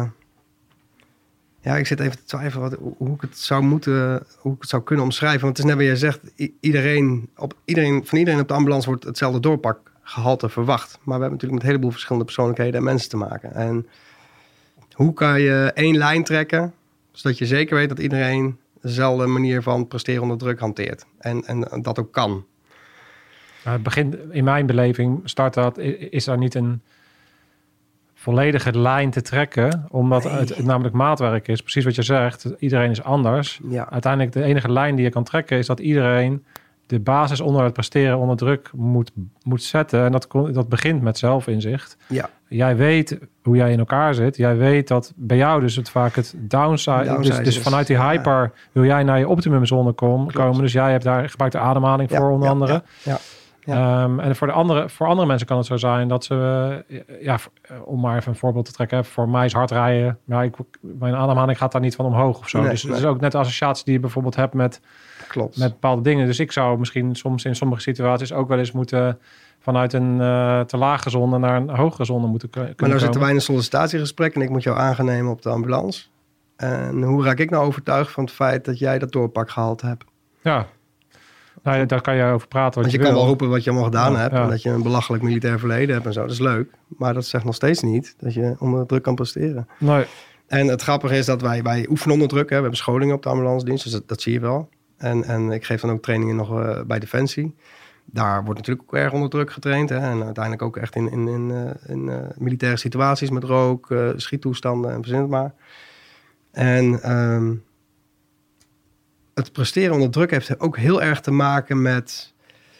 Speaker 2: ik zit even te twijfelen hoe ik het zou kunnen omschrijven. Want het is net wat jij zegt, iedereen op de ambulance wordt hetzelfde doorpakgehalte verwacht. Maar we hebben natuurlijk met een heleboel verschillende persoonlijkheden en mensen te maken. En hoe kan je één lijn trekken, zodat je zeker weet dat iedereen dezelfde manier van presteren onder druk hanteert. En dat ook kan.
Speaker 3: Het begint, in mijn beleving, is er niet een volledige lijn te trekken, omdat het namelijk maatwerk is. Precies wat je zegt, iedereen is anders.
Speaker 2: Ja.
Speaker 3: Uiteindelijk de enige lijn die je kan trekken is dat iedereen de basis onder het presteren onder druk moet zetten. En dat begint met zelfinzicht.
Speaker 2: Ja.
Speaker 3: Jij weet hoe jij in elkaar zit. Jij weet dat bij jou dus het vaak het downside dus vanuit die hyper wil jij naar je optimumzone komen. Dus jij hebt daar gebruikt de ademhaling voor onder andere.
Speaker 2: Ja.
Speaker 3: En voor andere mensen kan het zo zijn dat ze, om maar even een voorbeeld te trekken, voor mij is hard rijden. Ja, mijn ademhaling gaat daar niet van omhoog of zo. Dus het is ook net de associatie die je bijvoorbeeld hebt met bepaalde dingen. Dus ik zou misschien soms in sommige situaties ook wel eens moeten vanuit een te lage zone naar een hogere zone moeten kunnen
Speaker 2: Maar nou zitten
Speaker 3: komen.
Speaker 2: wij in een sollicitatiegesprek en ik moet jou aannemen op de ambulance. En hoe raak ik nou overtuigd van het feit dat jij dat doorpak gehaald hebt?
Speaker 3: Ja. Nou, daar kan je over praten.
Speaker 2: Want je kan wel roepen wat je allemaal gedaan hebt.
Speaker 3: Ja.
Speaker 2: En dat je een belachelijk militair verleden hebt en zo. Dat is leuk. Maar dat zegt nog steeds niet dat je onder druk kan presteren.
Speaker 3: Nee.
Speaker 2: En het grappige is dat wij oefenen onder druk. Hè. We hebben scholingen op de ambulance dienst. Dus dat zie je wel. En ik geef dan ook trainingen nog bij Defensie. Daar wordt natuurlijk ook erg onder druk getraind. Hè. En uiteindelijk ook echt in militaire situaties met rook, schiettoestanden en verzin het maar. En het presteren onder druk heeft ook heel erg te maken met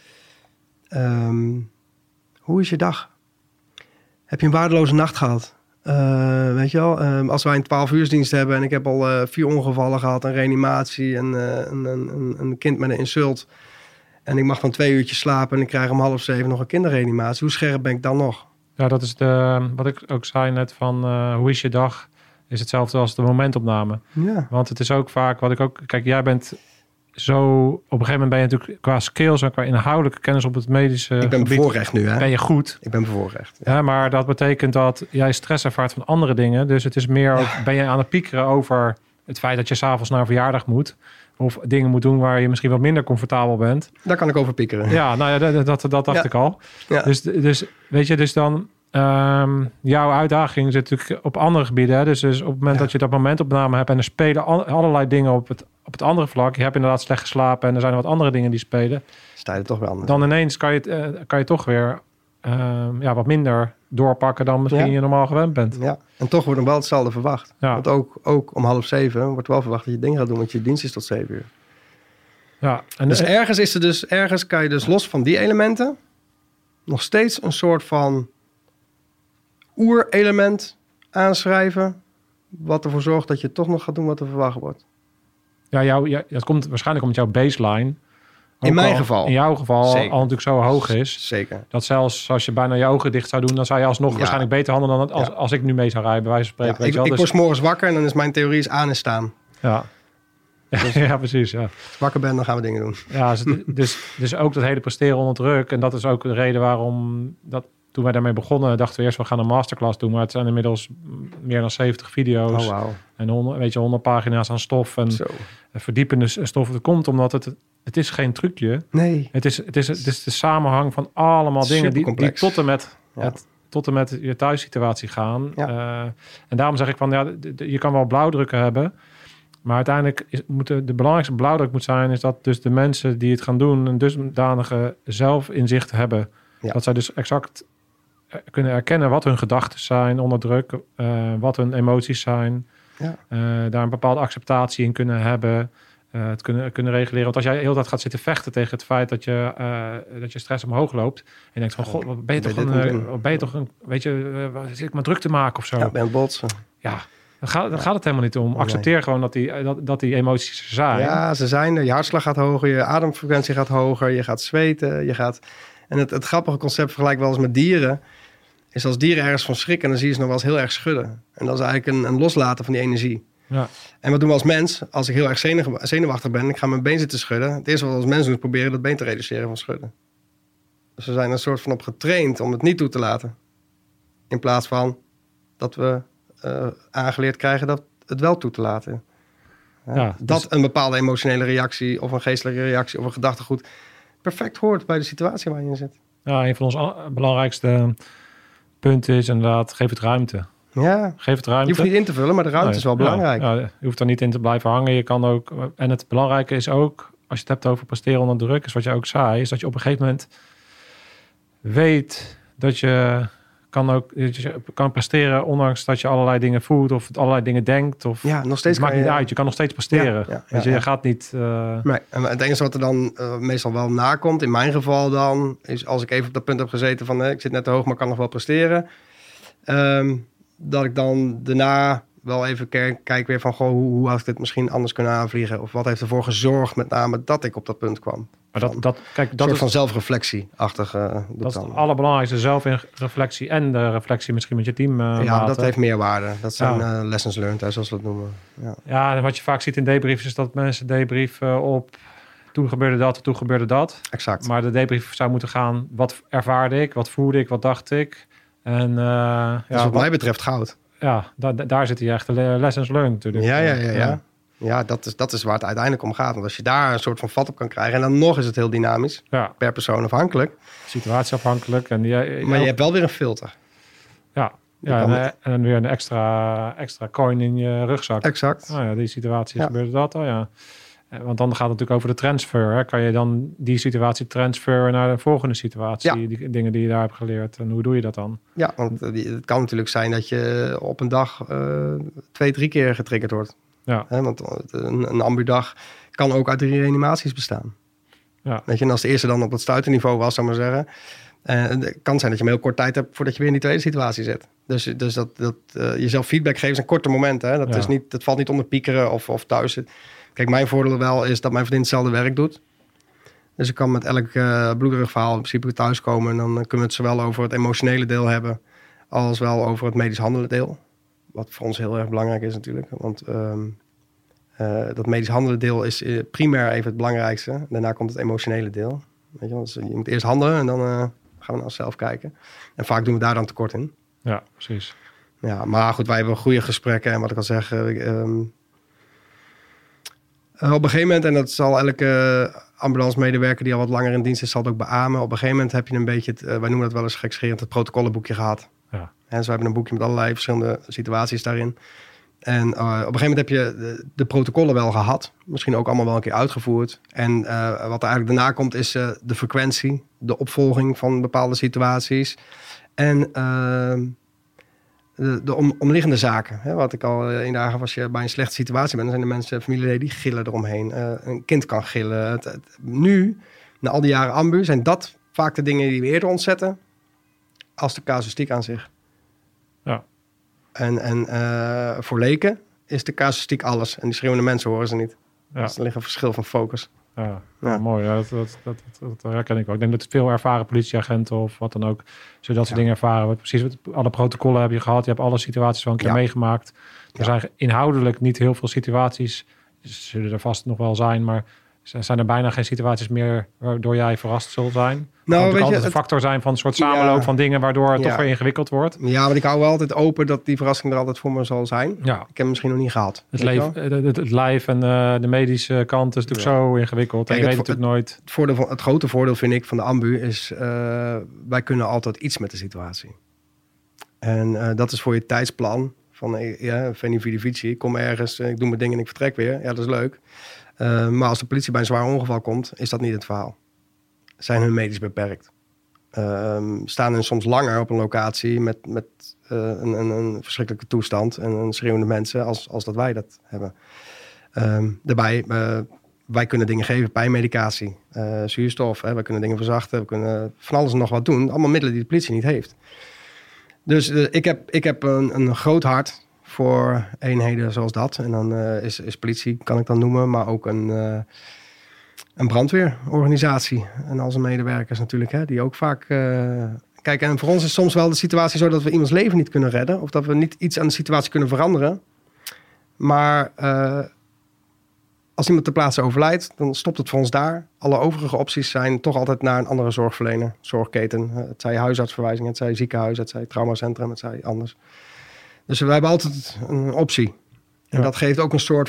Speaker 2: hoe is je dag? Heb je een waardeloze nacht gehad? Weet je wel, als wij een 12-uursdienst hebben en ik heb al 4 ongevallen gehad, een reanimatie, een kind met een insult. En ik mag dan 2 uurtjes slapen en ik krijg om 6:30 nog een kinderreanimatie. Hoe scherp ben ik dan nog?
Speaker 3: Ja, dat is wat ik ook zei net van hoe is je dag? Is hetzelfde als de momentopname.
Speaker 2: Ja.
Speaker 3: Want het is ook vaak wat ik ook... Kijk, jij bent zo... Op een gegeven moment ben je natuurlijk qua skills en qua inhoudelijke kennis op het medische
Speaker 2: Ik ben
Speaker 3: gebied,
Speaker 2: bevoorrecht nu, hè?
Speaker 3: ben je goed.
Speaker 2: Ik ben bevoorrecht.
Speaker 3: Ja, maar dat betekent dat jij stress ervaart van andere dingen. Dus het is meer ook, ben je aan het piekeren over het feit dat je 's avonds naar een verjaardag moet. Of dingen moet doen waar je misschien wat minder comfortabel bent.
Speaker 2: Daar kan ik over piekeren.
Speaker 3: Ja, nou ja, dat dacht ik al.
Speaker 2: Ja.
Speaker 3: Dus weet je, dus dan... jouw uitdaging zit natuurlijk op andere gebieden. Hè? Dus op het moment dat je dat momentopname hebt en er spelen allerlei dingen op het andere vlak. Je hebt inderdaad slecht geslapen en er zijn wat andere dingen die spelen.
Speaker 2: Sta je toch wel anders.
Speaker 3: Dan ineens kan je toch weer wat minder doorpakken dan misschien je normaal gewend bent.
Speaker 2: Ja, en toch wordt er wel hetzelfde verwacht.
Speaker 3: Ja.
Speaker 2: Want ook om 6:30 wordt wel verwacht dat je dingen gaat doen, want je dienst is tot 7 uur.
Speaker 3: Ja, en
Speaker 2: Dus ergens kan je dus los van die elementen nog steeds een soort van oerelement aanschrijven, wat ervoor zorgt dat je toch nog gaat doen wat er verwacht wordt.
Speaker 3: dat komt waarschijnlijk omdat jouw baseline
Speaker 2: In mijn geval.
Speaker 3: In jouw geval
Speaker 2: Zeker.
Speaker 3: al natuurlijk zo hoog is.
Speaker 2: Zeker.
Speaker 3: Dat zelfs als je bijna je ogen dicht zou doen, dan zou je alsnog waarschijnlijk beter handelen dan als ik nu mee zou rijden, bij wijze van spreken.
Speaker 2: Ja,
Speaker 3: weet je wel?
Speaker 2: ik word 's morgens wakker en dan is mijn theorie is aan en staan.
Speaker 3: Ja. Ja, precies. Ja.
Speaker 2: Als ik wakker ben, dan gaan we dingen doen.
Speaker 3: Ja, dus ook dat hele presteren onder druk. En dat is ook de reden waarom toen wij daarmee begonnen, dachten we eerst we gaan een masterclass doen. Maar het zijn inmiddels meer dan 70 video's.
Speaker 2: Oh, wow.
Speaker 3: En 100 pagina's aan stof en
Speaker 2: Zo.
Speaker 3: verdiepende stof. Dat komt omdat het is geen trucje.
Speaker 2: Nee.
Speaker 3: Het is de samenhang van allemaal dingen die
Speaker 2: Supercomplex.
Speaker 3: tot en met je thuissituatie gaan.
Speaker 2: Ja.
Speaker 3: En daarom zeg ik van, je kan wel blauwdrukken hebben. Maar uiteindelijk de belangrijkste blauwdruk moet zijn, is dat dus de mensen die het gaan doen een dusdanige zelfinzicht hebben.
Speaker 2: Ja.
Speaker 3: Dat zij dus exact kunnen erkennen wat hun gedachten zijn onder druk, wat hun emoties zijn.
Speaker 2: Ja.
Speaker 3: Daar een bepaalde acceptatie in kunnen hebben. Het kunnen reguleren. Want als jij de hele tijd gaat zitten vechten tegen het feit dat je stress omhoog loopt. En je denkt van, god, wat ben je toch een, weet je, zit ik maar druk te maken of zo.
Speaker 2: Ja, ben aan het botsen.
Speaker 3: Ja, dan gaat het helemaal niet om. Accepteer gewoon dat die emoties er zijn.
Speaker 2: Ja, ze zijn er. Je hartslag gaat hoger, je ademfrequentie gaat hoger, je gaat zweten, En het grappige concept vergelijk wel eens met dieren, is als dieren ergens van schrikken, dan zie je ze nog wel eens heel erg schudden. En dat is eigenlijk een loslaten van die energie.
Speaker 3: Ja.
Speaker 2: En wat doen we als mens? Als ik heel erg zenuwachtig ben, ik ga mijn been zitten schudden. Het eerste wat we als mens doen is proberen dat been te reduceren van schudden. Dus we zijn er een soort van op getraind om het niet toe te laten. In plaats van dat we aangeleerd krijgen dat het wel toe te laten.
Speaker 3: Ja,
Speaker 2: dat
Speaker 3: dus
Speaker 2: een bepaalde emotionele reactie of een geestelijke reactie of een gedachtegoed perfect hoort bij de situatie waar je in zit.
Speaker 3: Ja, een van onze belangrijkste punten is inderdaad, geef het ruimte.
Speaker 2: Ja,
Speaker 3: Geef het ruimte.
Speaker 2: je hoeft niet in te vullen, maar de ruimte is wel belangrijk.
Speaker 3: Ja, je hoeft er niet in te blijven hangen. Je kan ook, en het belangrijke is ook, als je het hebt over presteren onder druk, is wat je ook zei, is dat je op een gegeven moment weet dat je kan presteren ondanks dat je allerlei dingen voelt of allerlei dingen denkt. Of,
Speaker 2: Ja, nog steeds
Speaker 3: het maakt
Speaker 2: kan
Speaker 3: niet
Speaker 2: je-
Speaker 3: uit. Je kan nog steeds presteren. Je gaat niet...
Speaker 2: Nee, en het enige wat er dan meestal wel nakomt, in mijn geval dan, is als ik even op dat punt heb gezeten van ik zit net te hoog, maar kan nog wel presteren. Dat ik dan daarna wel even kijk weer van, hoe had ik dit misschien anders kunnen aanvliegen? Of wat heeft ervoor gezorgd met name dat ik op dat punt kwam?
Speaker 3: Maar kijk,
Speaker 2: Een
Speaker 3: dat
Speaker 2: soort
Speaker 3: is
Speaker 2: van zelfreflectie-achtig.
Speaker 3: dat is het allerbelangrijkste. Zelfreflectie en de reflectie misschien met je team.
Speaker 2: Ja, dat heeft meerwaarde. Dat zijn lessons learned, zoals we dat noemen.
Speaker 3: Ja, en wat je vaak ziet in debriefs is dat mensen debriefen op toen gebeurde dat.
Speaker 2: Exact.
Speaker 3: Maar de debrief zou moeten gaan, wat ervaarde ik, wat voelde ik, wat dacht ik. En
Speaker 2: Dus wat mij betreft goud.
Speaker 3: Ja, daar zitten je echt de lessons learned natuurlijk.
Speaker 2: Ja, dat is waar het uiteindelijk om gaat. Want als je daar een soort van vat op kan krijgen, en dan nog is het heel dynamisch, per persoon afhankelijk.
Speaker 3: Situatieafhankelijk.
Speaker 2: Maar je hebt wel weer een filter.
Speaker 3: En weer een extra coin in je rugzak.
Speaker 2: Exact.
Speaker 3: Nou ja, die situatie gebeurde dat al, ja. Want dan gaat het natuurlijk over de transfer. Hè? Kan je dan die situatie transferen naar de volgende situatie? Ja. Die dingen die je daar hebt geleerd. En hoe doe je dat dan?
Speaker 2: Ja, want het kan natuurlijk zijn dat je op een dag 2-3 keer getriggerd wordt.
Speaker 3: Ja.
Speaker 2: Want een ambudag kan ook uit 3 reanimaties bestaan.
Speaker 3: Ja.
Speaker 2: Weet je, en als de eerste dan op het stuiterniveau was, zou ik maar zeggen. Het kan zijn dat je maar heel kort tijd hebt voordat je weer in die tweede situatie zit. Dus dat jezelf feedback geven zijn korte momenten. Hè? Dat valt niet onder piekeren of thuis. Kijk, mijn voordeel wel is dat mijn vriendin hetzelfde werk doet. Dus ik kan met elk bloederig verhaal in principe thuiskomen. En dan kunnen we het zowel over het emotionele deel hebben, als wel over het medisch handelen deel. Wat voor ons heel erg belangrijk is natuurlijk. Want dat medisch handelen deel is primair even het belangrijkste. Daarna komt het emotionele deel. Weet je, dus je moet eerst handelen en dan gaan we naar onszelf kijken. En vaak doen we daar dan tekort in.
Speaker 3: Ja, precies.
Speaker 2: Ja, maar goed, wij hebben goede gesprekken. En wat ik al zeg, op een gegeven moment, en dat zal elke ambulance-medewerker die al wat langer in dienst is, zal het ook beamen. Op een gegeven moment heb je een beetje, wij noemen dat wel eens gekscherend, het protocollenboekje gehad.
Speaker 3: Ja.
Speaker 2: En dus we hebben een boekje met allerlei verschillende situaties daarin. En op een gegeven moment heb je de protocollen wel gehad. Misschien ook allemaal wel een keer uitgevoerd. En wat er eigenlijk daarna komt is de frequentie, de opvolging van bepaalde situaties. En de omliggende zaken. Hè? Wat ik al in dagen, als je bij een slechte situatie bent, dan zijn de mensen, familieleden, die gillen eromheen. Een kind kan gillen. Nu, na al die jaren ambu, zijn dat vaak de dingen die we eerder ontzetten als de casuïstiek aan zich.
Speaker 3: Ja.
Speaker 2: En voor leken is de casuïstiek alles. En die schreeuwende mensen horen ze niet.
Speaker 3: Ja.
Speaker 2: Dus er ligt een verschil van focus.
Speaker 3: Ja, mooi. Ja, dat herken ik ook. Ik denk dat veel ervaren politieagenten of wat dan ook, zodat ze dingen ervaren. Precies, alle protocollen heb je gehad. Je hebt alle situaties wel een keer meegemaakt. Er zijn inhoudelijk niet heel veel situaties. Zullen er vast nog wel zijn, maar zijn er bijna geen situaties meer waardoor jij verrast zult zijn? Nou, kan altijd een factor zijn van een soort samenloop van dingen waardoor het toch weer ingewikkeld wordt.
Speaker 2: Ja, maar ik hou wel altijd open dat die verrassing er altijd voor me zal zijn. Ja. Ik heb hem misschien nog niet gehad.
Speaker 3: Het lijf en de medische kant is natuurlijk zo ingewikkeld. Kijk, en je weet natuurlijk nooit.
Speaker 2: Het grote voordeel vind ik van de ambu is, wij kunnen altijd iets met de situatie. En dat is voor je tijdsplan van veni vidi vici. Ik kom ergens, ik doe mijn dingen en ik vertrek weer. Ja, dat is leuk. Maar als de politie bij een zwaar ongeval komt, is dat niet het verhaal. Zijn hun medisch beperkt. Staan hun soms langer op een locatie met een verschrikkelijke toestand en een schreeuwende mensen als dat wij dat hebben. Daarbij, wij kunnen dingen geven, pijnmedicatie, zuurstof. Wij kunnen dingen verzachten, we kunnen van alles en nog wat doen. Allemaal middelen die de politie niet heeft. Dus ik heb een groot hart voor eenheden zoals dat. En dan is politie, kan ik dan noemen, maar ook een brandweerorganisatie. En al zijn medewerkers natuurlijk, die ook vaak... Kijk, en voor ons is soms wel de situatie zo dat we iemands leven niet kunnen redden. Of dat we niet iets aan de situatie kunnen veranderen. Maar als iemand ter plaatse overlijdt, dan stopt het voor ons daar. Alle overige opties zijn toch altijd naar een andere zorgverlener, zorgketen. Het zij huisartsverwijzing, het zij ziekenhuis, het zij traumacentrum, het zij anders. Dus we hebben altijd een optie. En dat geeft ook een soort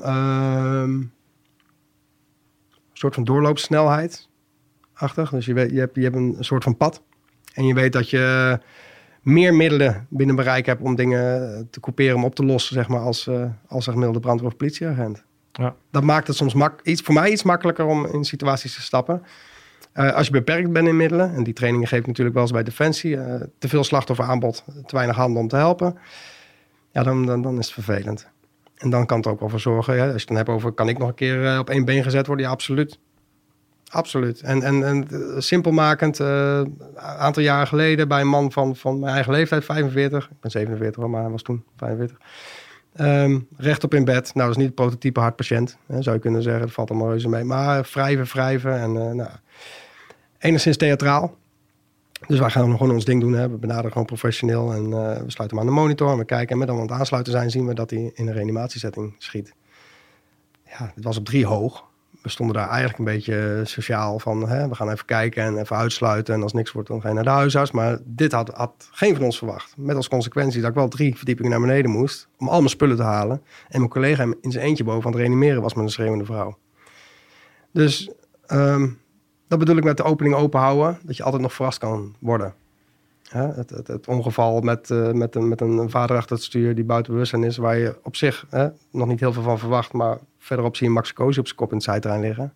Speaker 2: van doorloopsnelheid. Achtig. Dus je hebt een soort van pad. En je weet dat je meer middelen binnen bereik heb om dingen te couperen, om op te lossen, zeg maar, als een gemiddelde brandweer- of politieagent.
Speaker 3: Ja.
Speaker 2: Dat maakt het soms voor mij iets makkelijker om in situaties te stappen. Als je beperkt bent in middelen, en die trainingen geef ik natuurlijk wel eens bij Defensie, te veel slachtofferaanbod, te weinig handen om te helpen, ja, dan is het vervelend. En dan kan het ook wel voor zorgen, als je het dan hebt over, kan ik nog een keer op één been gezet worden? Ja, absoluut. Absoluut. En simpelmakend, een aantal jaren geleden bij een man van mijn eigen leeftijd, 45. Ik ben 47, maar hij was toen 45. Rechtop in bed. Nou, dat is niet het prototype hartpatiënt, zou je kunnen zeggen. Dat valt allemaal reuze mee. Maar wrijven. En enigszins theatraal. Dus wij gaan gewoon ons ding doen. Hè. We benaderen gewoon professioneel. En we sluiten hem aan de monitor. En we kijken. En met dan aan het aansluiten zijn, zien we dat hij in een reanimatiesetting schiet. Ja, het was op 3 hoog. We stonden daar eigenlijk een beetje sociaal van, we gaan even kijken en even uitsluiten. En als niks wordt, dan ga je naar de huisarts. Maar dit had geen van ons verwacht. Met als consequentie dat ik wel 3 verdiepingen naar beneden moest om al mijn spullen te halen. En mijn collega in zijn eentje boven aan het reanimeren was met een schreeuwende vrouw. Dus dat bedoel ik met de opening open houden. Dat je altijd nog verrast kan worden. Het ongeval met een vader achter het stuur die buiten bewustzijn is, waar je op zich nog niet heel veel van verwacht, maar verderop zie je Max Cosi op zijn kop in het zijterrein liggen.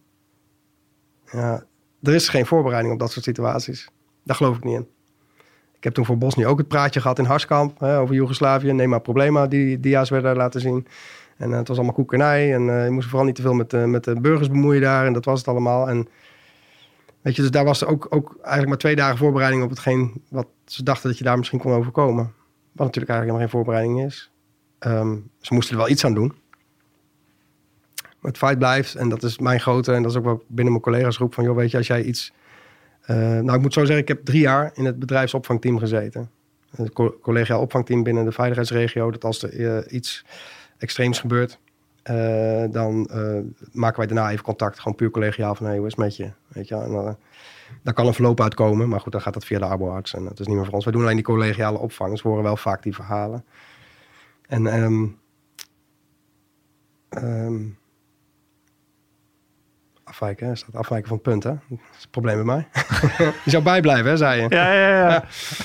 Speaker 2: Ja, er is geen voorbereiding op dat soort situaties. Daar geloof ik niet in. Ik heb toen voor Bosnië ook het praatje gehad in Harskamp over Joegoslavië. Neem maar Problema, die dia's werden laten zien. En het was allemaal koekernij en je moest vooral niet te veel met de burgers bemoeien daar en dat was het allemaal. En weet je, dus daar was ook eigenlijk maar 2 dagen voorbereiding op hetgeen wat ze dachten dat je daar misschien kon overkomen. Wat natuurlijk eigenlijk helemaal geen voorbereiding is. Ze moesten er wel iets aan doen. Maar het feit blijft, en dat is mijn grote, en dat is ook wel binnen mijn collega's groep van, joh, weet je, als jij iets... ik moet zo zeggen, ik heb 3 jaar in het bedrijfsopvangteam gezeten. Het collegiaal opvangteam binnen de veiligheidsregio, dat als er iets extreems gebeurt, dan maken wij daarna even contact. Gewoon puur collegiaal van, hey, hoe is het met je? Weet je, en daar kan een verloop uitkomen. Maar goed, dan gaat dat via de arboarts. En dat is niet meer voor ons. Wij doen alleen die collegiale opvang. Dus we horen wel vaak die verhalen. En afwijken, hè? Staat afwijken van het punt, hè? Dat is het probleem bij mij. Je zou bijblijven, hè, zei je?
Speaker 3: Ja.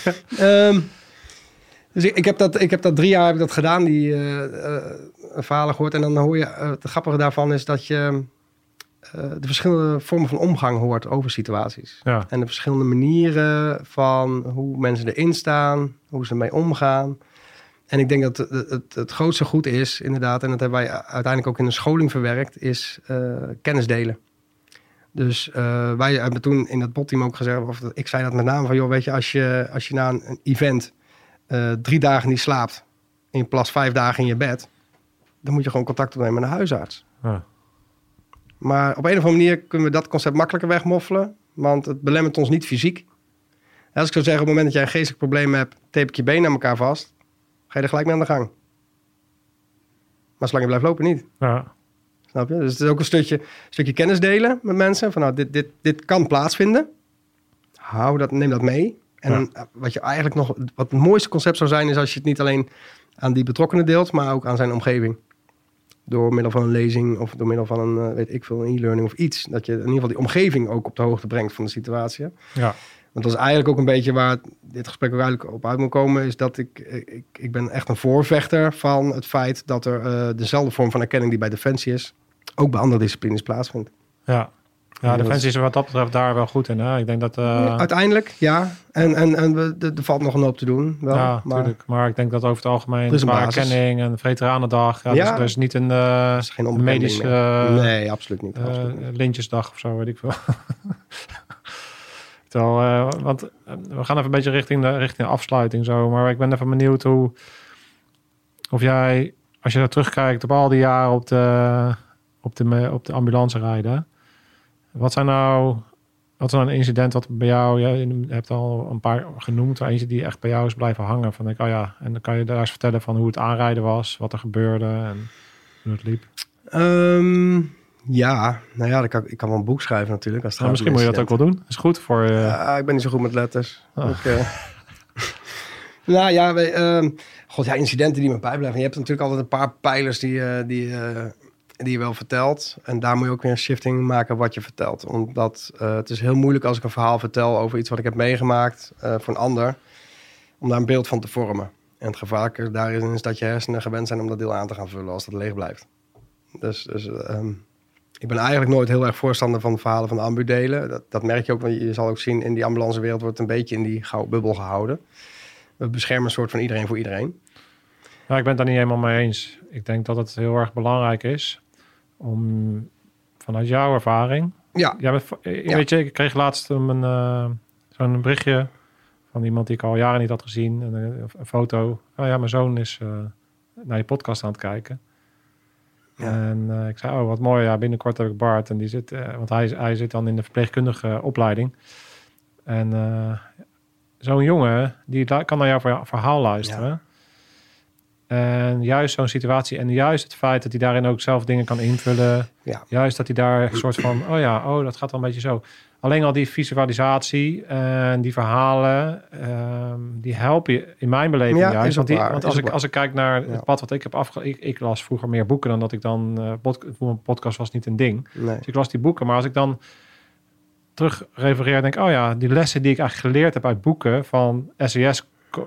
Speaker 2: Dus ik heb dat 3 jaar heb ik dat gedaan, die verhalen gehoord. En dan hoor je, het grappige daarvan is dat je de verschillende vormen van omgang hoort over situaties.
Speaker 3: Ja.
Speaker 2: En de verschillende manieren van hoe mensen erin staan, hoe ze ermee omgaan. En ik denk dat het grootste goed is, inderdaad, en dat hebben wij uiteindelijk ook in de scholing verwerkt, is kennis delen. Dus wij hebben toen in dat botteam ook gezegd, of ik zei dat met name van, joh, weet je, als je na een event 3 dagen niet slaapt en je plast 5 dagen in je bed, dan moet je gewoon contact opnemen met een huisarts.
Speaker 3: Ja.
Speaker 2: Maar op een of andere manier kunnen we dat concept makkelijker wegmoffelen, want het belemmert ons niet fysiek. Als ik zou zeggen, op het moment dat jij een geestelijk probleem hebt, tape ik je been aan elkaar vast, ga je er gelijk mee aan de gang. Maar zolang je blijft lopen, niet.
Speaker 3: Ja.
Speaker 2: Snap je? Dus het is ook een stukje kennis delen met mensen. Van nou, dit kan plaatsvinden. Neem dat mee. En wat je eigenlijk nog, wat het mooiste concept zou zijn, is als je het niet alleen aan die betrokkenen deelt, maar ook aan zijn omgeving. Door middel van een lezing of door middel van een e-learning of iets. Dat je in ieder geval die omgeving ook op de hoogte brengt van de situatie.
Speaker 3: Ja.
Speaker 2: Want dat is eigenlijk ook een beetje waar dit gesprek ook eigenlijk op uit moet komen, is dat ik ben echt een voorvechter van het feit dat er dezelfde vorm van erkenning die bij Defensie is, ook bij andere disciplines plaatsvindt.
Speaker 3: Ja, Defensie is wat dat betreft daar wel goed in. Hè? Ik denk dat...
Speaker 2: Uiteindelijk, ja. En er valt nog een hoop te doen. Wel,
Speaker 3: ja, natuurlijk. Maar ik denk dat over het algemeen
Speaker 2: is een
Speaker 3: qua
Speaker 2: basis.
Speaker 3: Veteranendag en Veteranendag, dus niet een
Speaker 2: is geen onbekending
Speaker 3: medisch...
Speaker 2: nee, absoluut niet.
Speaker 3: Lintjesdag of zo, weet ik veel. Want we gaan even een beetje richting de afsluiting zo. Maar ik ben even benieuwd of jij, als je daar terugkijkt op al die jaren op de ambulance rijden. Wat is nou een incident wat bij jou, je hebt al een paar genoemd, eentje die echt bij jou is blijven hangen. Van en dan kan je daar eens vertellen van hoe het aanrijden was, wat er gebeurde en hoe het liep.
Speaker 2: Ja, nou ja, ik kan wel een boek schrijven natuurlijk. Als
Speaker 3: misschien moet je dat ook wel doen. Is goed voor je.
Speaker 2: Ja, ik ben niet zo goed met letters. Nou ja, incidenten die me bijblijven. Je hebt natuurlijk altijd een paar pijlers die je wel vertelt. En daar moet je ook weer een shifting maken wat je vertelt. Omdat het is heel moeilijk als ik een verhaal vertel over iets wat ik heb meegemaakt voor een ander. om daar een beeld van te vormen. En het gevaarlijke daarin is dat je hersenen gewend zijn om dat deel aan te gaan vullen als dat leeg blijft. Dus ik ben eigenlijk nooit heel erg voorstander van de verhalen van de ambu delen. Dat merk je ook, want je zal ook zien in die ambulancewereld wordt een beetje in die gouden bubbel gehouden. We beschermen een soort van iedereen voor iedereen.
Speaker 3: Ja, ik ben het daar niet helemaal mee eens. Ik denk dat het heel erg belangrijk is om vanuit jouw ervaring...
Speaker 2: Ja.
Speaker 3: Weet je, ik kreeg laatst zo'n berichtje van iemand die ik al jaren niet had gezien. Een foto. Oh ja, mijn zoon is naar je podcast aan het kijken. Ja. En ik zei, wat mooi. Ja, binnenkort heb ik Bart. En die zit, want hij zit dan in de verpleegkundige opleiding. En zo'n jongen, die kan naar jouw verhaal luisteren. Ja. En juist zo'n situatie en juist het feit dat hij daarin ook zelf dingen kan invullen. Ja. Juist dat hij daar een soort van, dat gaat wel een beetje zo. Alleen al die visualisatie en die verhalen, die helpen je in mijn beleving juist. Want als ik kijk naar het pad wat ik heb ik las vroeger meer boeken dan dat ik dan, voor mijn podcast was niet een ding. Nee. Dus ik las die boeken, maar als ik dan terug refereer, denk ik, die lessen die ik eigenlijk geleerd heb uit boeken van SES,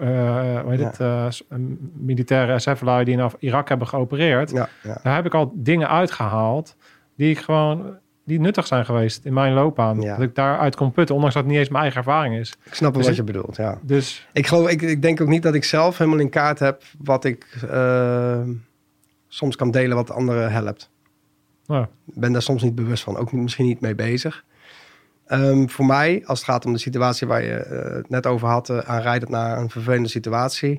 Speaker 3: militaire SF-lui die in Irak hebben geopereerd. Ja. Daar heb ik al dingen uitgehaald die nuttig zijn geweest in mijn loopbaan. Ja. Dat ik daaruit kon putten, ondanks dat het niet eens mijn eigen ervaring is.
Speaker 2: Ik snap wel wat je bedoelt, ja. Dus ik denk ook niet dat ik zelf helemaal in kaart heb wat ik soms kan delen wat anderen helpt. Ja. Ik ben daar soms niet bewust van, ook misschien niet mee bezig. Voor mij, als het gaat om de situatie waar je het net over had, aanrijdend naar een vervelende situatie.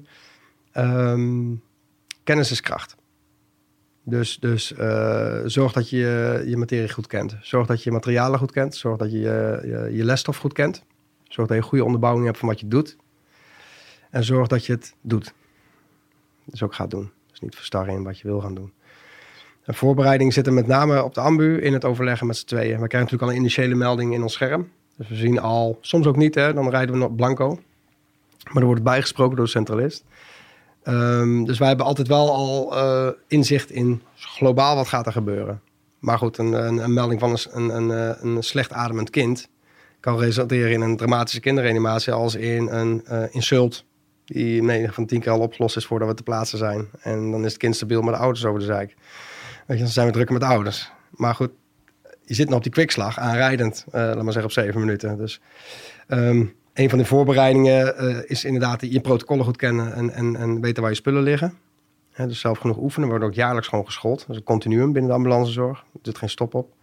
Speaker 2: Kennis is kracht. Dus zorg dat je je materie goed kent. Zorg dat je materialen goed kent. Zorg dat je je lesstof goed kent. Zorg dat je een goede onderbouwing hebt van wat je doet. En zorg dat je het doet. Dus ook gaat doen. Dus niet verstarren in wat je wil gaan doen. De voorbereiding zit er met name op de ambu in het overleggen met z'n tweeën. We krijgen natuurlijk al een initiële melding in ons scherm. Dus we zien al, soms ook niet, dan rijden we nog blanco. Maar er wordt bijgesproken door de centralist. Dus wij hebben altijd wel al inzicht in globaal wat gaat er gebeuren. Maar goed, een melding van een slecht ademend kind kan resulteren in een dramatische kinderreanimatie als in een insult. Die 9 van 10 keer al opgelost is voordat we te plaatsen zijn. En dan is het kind stabiel, maar de ouders over de zeik. Weet je, dan zijn we drukker met de ouders. Maar goed, je zit nog op die kwikslag, aanrijdend, laat maar zeggen op 7 minuten. Dus een van de voorbereidingen is inderdaad je protocollen goed kennen en weten waar je spullen liggen. Dus zelf genoeg oefenen. We worden ook jaarlijks gewoon geschoold. Dat is een continuum binnen de ambulancezorg. Er zit geen stop op.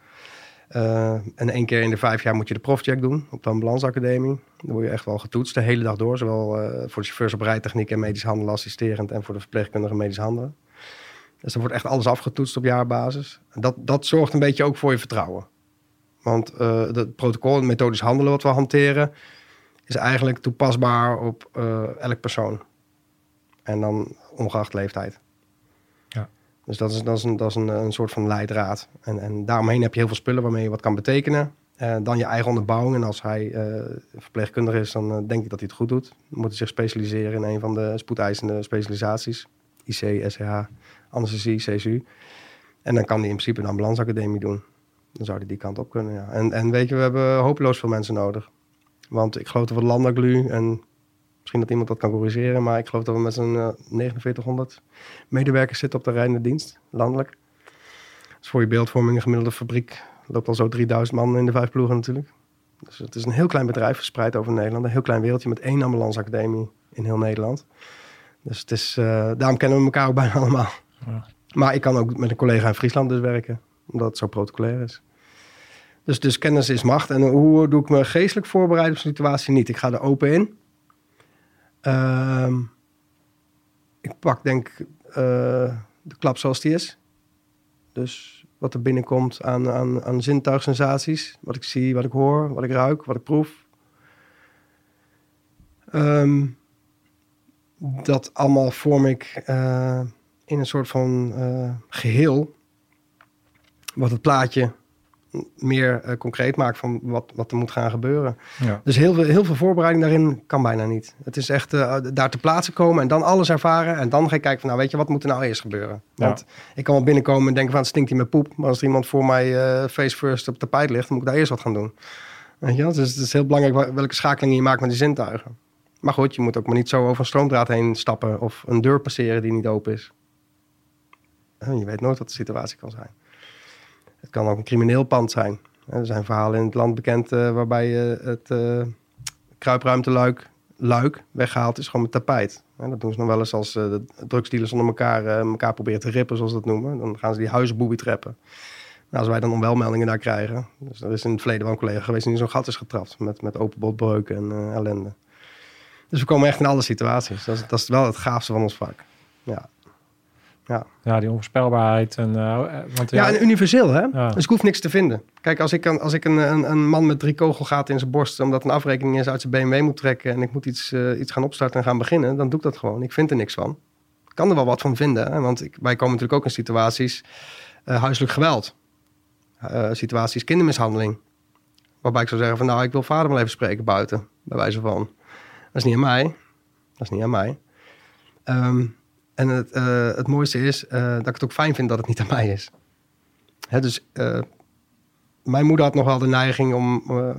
Speaker 2: En 1 keer in de 5 jaar moet je de profcheck doen op de ambulanceacademie. Dan word je echt wel getoetst de hele dag door. Zowel voor de chauffeurs op rijtechniek en medisch handelen assisterend en voor de verpleegkundigen medisch handelen. Dus er wordt echt alles afgetoetst op jaarbasis. Dat zorgt een beetje ook voor je vertrouwen. Want het protocol en methodisch handelen wat we hanteren is eigenlijk toepasbaar op elk persoon. En dan ongeacht leeftijd. Ja. Dus dat is een soort van leidraad. En daaromheen heb je heel veel spullen waarmee je wat kan betekenen. Dan je eigen onderbouwing. En als hij verpleegkundige is, dan denk ik dat hij het goed doet. Dan moet hij zich specialiseren in een van de spoedeisende specialisaties. IC, SCH, anesthesie, CSU. En dan kan hij in principe een ambulanceacademie doen. Dan zou hij die kant op kunnen, ja. En weet je, we hebben hopeloos veel mensen nodig. Want ik geloof dat we de landaglu, en misschien dat iemand dat kan corrigeren, maar ik geloof dat we met z'n 4900 medewerkers zitten op de rijdende dienst, landelijk. Dus voor je beeldvorming, een gemiddelde fabriek, loopt al zo 3000 man in de 5 ploegen natuurlijk. Dus het is een heel klein bedrijf verspreid over Nederland. Een heel klein wereldje met 1 ambulanceacademie in heel Nederland. Dus het is, daarom kennen we elkaar ook bijna allemaal. Ja. Maar ik kan ook met een collega in Friesland dus werken, omdat het zo protocolair is. Dus kennis is macht. En hoe doe ik me geestelijk voorbereiden op zo'n situatie? Niet. Ik ga er open in. Ik pak denk de klap zoals die is. Dus wat er binnenkomt aan zintuigsensaties. Wat ik zie, wat ik hoor, wat ik ruik, wat ik proef. Dat allemaal vorm ik in een soort van geheel. Wat het plaatje meer concreet maakt van wat er moet gaan gebeuren. Ja. Dus heel veel voorbereiding daarin kan bijna niet. Het is echt daar te plaatsen komen en dan alles ervaren. En dan ga ik kijken van, nou weet je, wat moet er nou eerst gebeuren? Want ik kan wel binnenkomen en denken van, het stinkt hier met poep. Maar als er iemand voor mij face first op tapijt ligt, dan moet ik daar eerst wat gaan doen. Weet je? Dus het is heel belangrijk welke schakeling je maakt met die zintuigen. Maar goed, je moet ook maar niet zo over een stroomdraad heen stappen of een deur passeren die niet open is. Je weet nooit wat de situatie kan zijn. Het kan ook een crimineel pand zijn. Er zijn verhalen in het land bekend waarbij het kruipruimteluik weggehaald is gewoon met tapijt. Dat doen ze nog wel eens als de drugsdealers onder elkaar proberen te rippen, zoals ze dat noemen. Dan gaan ze die huizen booby-trappen. Nou, als wij dan onwelmeldingen daar krijgen. Dus er is in het verleden wel een collega geweest die in zo'n gat is getrapt. Met open botbreuken en ellende. Dus we komen echt in alle situaties. Dat is wel het gaafste van ons vak.
Speaker 3: Ja, die onvoorspelbaarheid. En
Speaker 2: universeel, hè?
Speaker 3: Ja.
Speaker 2: Dus ik hoef niks te vinden. Kijk, als ik een man met 3 kogelgaten in zijn borst, omdat een afrekening is, uit zijn BMW moet trekken en ik moet iets gaan opstarten en gaan beginnen, dan doe ik dat gewoon. Ik vind er niks van. Ik kan er wel wat van vinden, hè? Want wij komen natuurlijk ook in situaties huiselijk geweld. Situaties kindermishandeling. Waarbij ik zou zeggen van, ik wil vader wel even spreken buiten, bij wijze van. Dat is niet aan mij. En het mooiste is dat ik het ook fijn vind dat het niet aan mij is. Hè, dus mijn moeder had nog wel de neiging om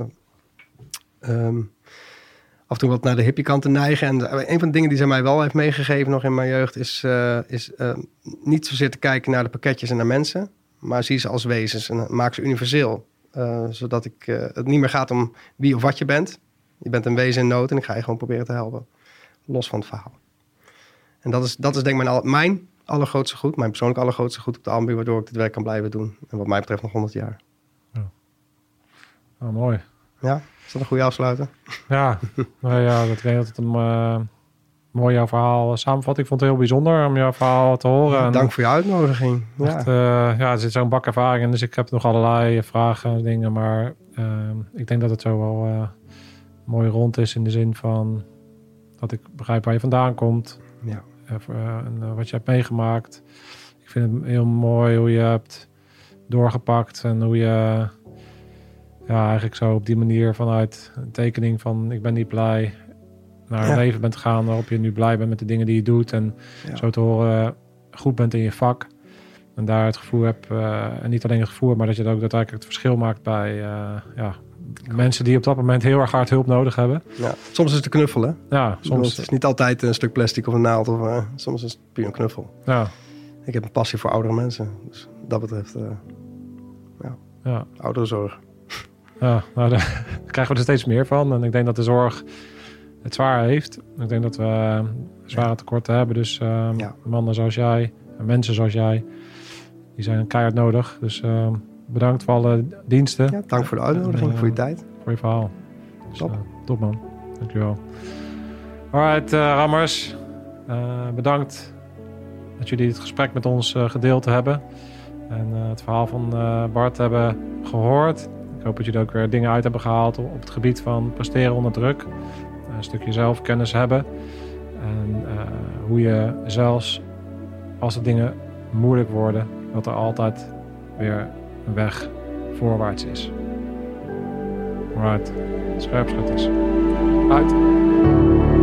Speaker 2: af en toe wat naar de hippiekant te neigen. En een van de dingen die zij mij wel heeft meegegeven nog in mijn jeugd is niet zozeer te kijken naar de pakketjes en naar mensen, maar zie ze als wezens en maak ze universeel. Zodat het niet meer gaat om wie of wat je bent. Je bent een wezen in nood en ik ga je gewoon proberen te helpen. Los van het verhaal. En dat is denk ik mijn allergrootste goed. Mijn persoonlijk allergrootste goed op de ambu, waardoor ik dit werk kan blijven doen. En wat mij betreft nog 100 jaar.
Speaker 3: Ja. Oh, mooi.
Speaker 2: Ja, is dat een goede afsluiter?
Speaker 3: Ja, ik denk dat het een mooi jouw verhaal samenvat. Ik vond het heel bijzonder om jouw verhaal te horen.
Speaker 2: Ja, dank voor je uitnodiging.
Speaker 3: Echt, er zit zo'n bak ervaring in, dus ik heb nog allerlei vragen en dingen. Maar ik denk dat het zo wel mooi rond is in de zin van dat ik begrijp waar je vandaan komt.
Speaker 2: Ja.
Speaker 3: En wat je hebt meegemaakt. Ik vind het heel mooi hoe je hebt doorgepakt en hoe je eigenlijk zo op die manier vanuit een tekening van ik ben niet blij naar een leven bent gegaan waarop je nu blij bent met de dingen die je doet en zo te horen goed bent in je vak en daar het gevoel hebt en niet alleen het gevoel, maar dat je het ook daadwerkelijk het verschil maakt bij mensen die op dat moment heel erg hard hulp nodig hebben. Ja.
Speaker 2: Soms is het een knuffel, hè?
Speaker 3: Ja, soms.
Speaker 2: Het is niet altijd een stuk plastic of een naald. Soms is het puur een knuffel.
Speaker 3: Ja.
Speaker 2: Ik heb een passie voor oudere mensen. Dus wat dat betreft, ouderenzorg.
Speaker 3: Ja, nou, daar krijgen we er steeds meer van. En ik denk dat de zorg het zwaar heeft. Ik denk dat we zware tekorten hebben. Dus mannen zoals jij en mensen zoals jij, die zijn keihard nodig. Dus bedankt voor alle diensten.
Speaker 2: Ja, dank voor de uitnodiging, voor je tijd.
Speaker 3: Voor je verhaal. Dus, top man. Dankjewel. Alright, Rammers. Bedankt dat jullie het gesprek met ons gedeeld hebben. En het verhaal van Bart hebben gehoord. Ik hoop dat jullie ook weer dingen uit hebben gehaald op het gebied van presteren onder druk. Een stukje zelfkennis hebben. En hoe je zelfs als de dingen moeilijk worden, dat er altijd weer een weg voorwaarts is. Alright, scherpschutters. Uit.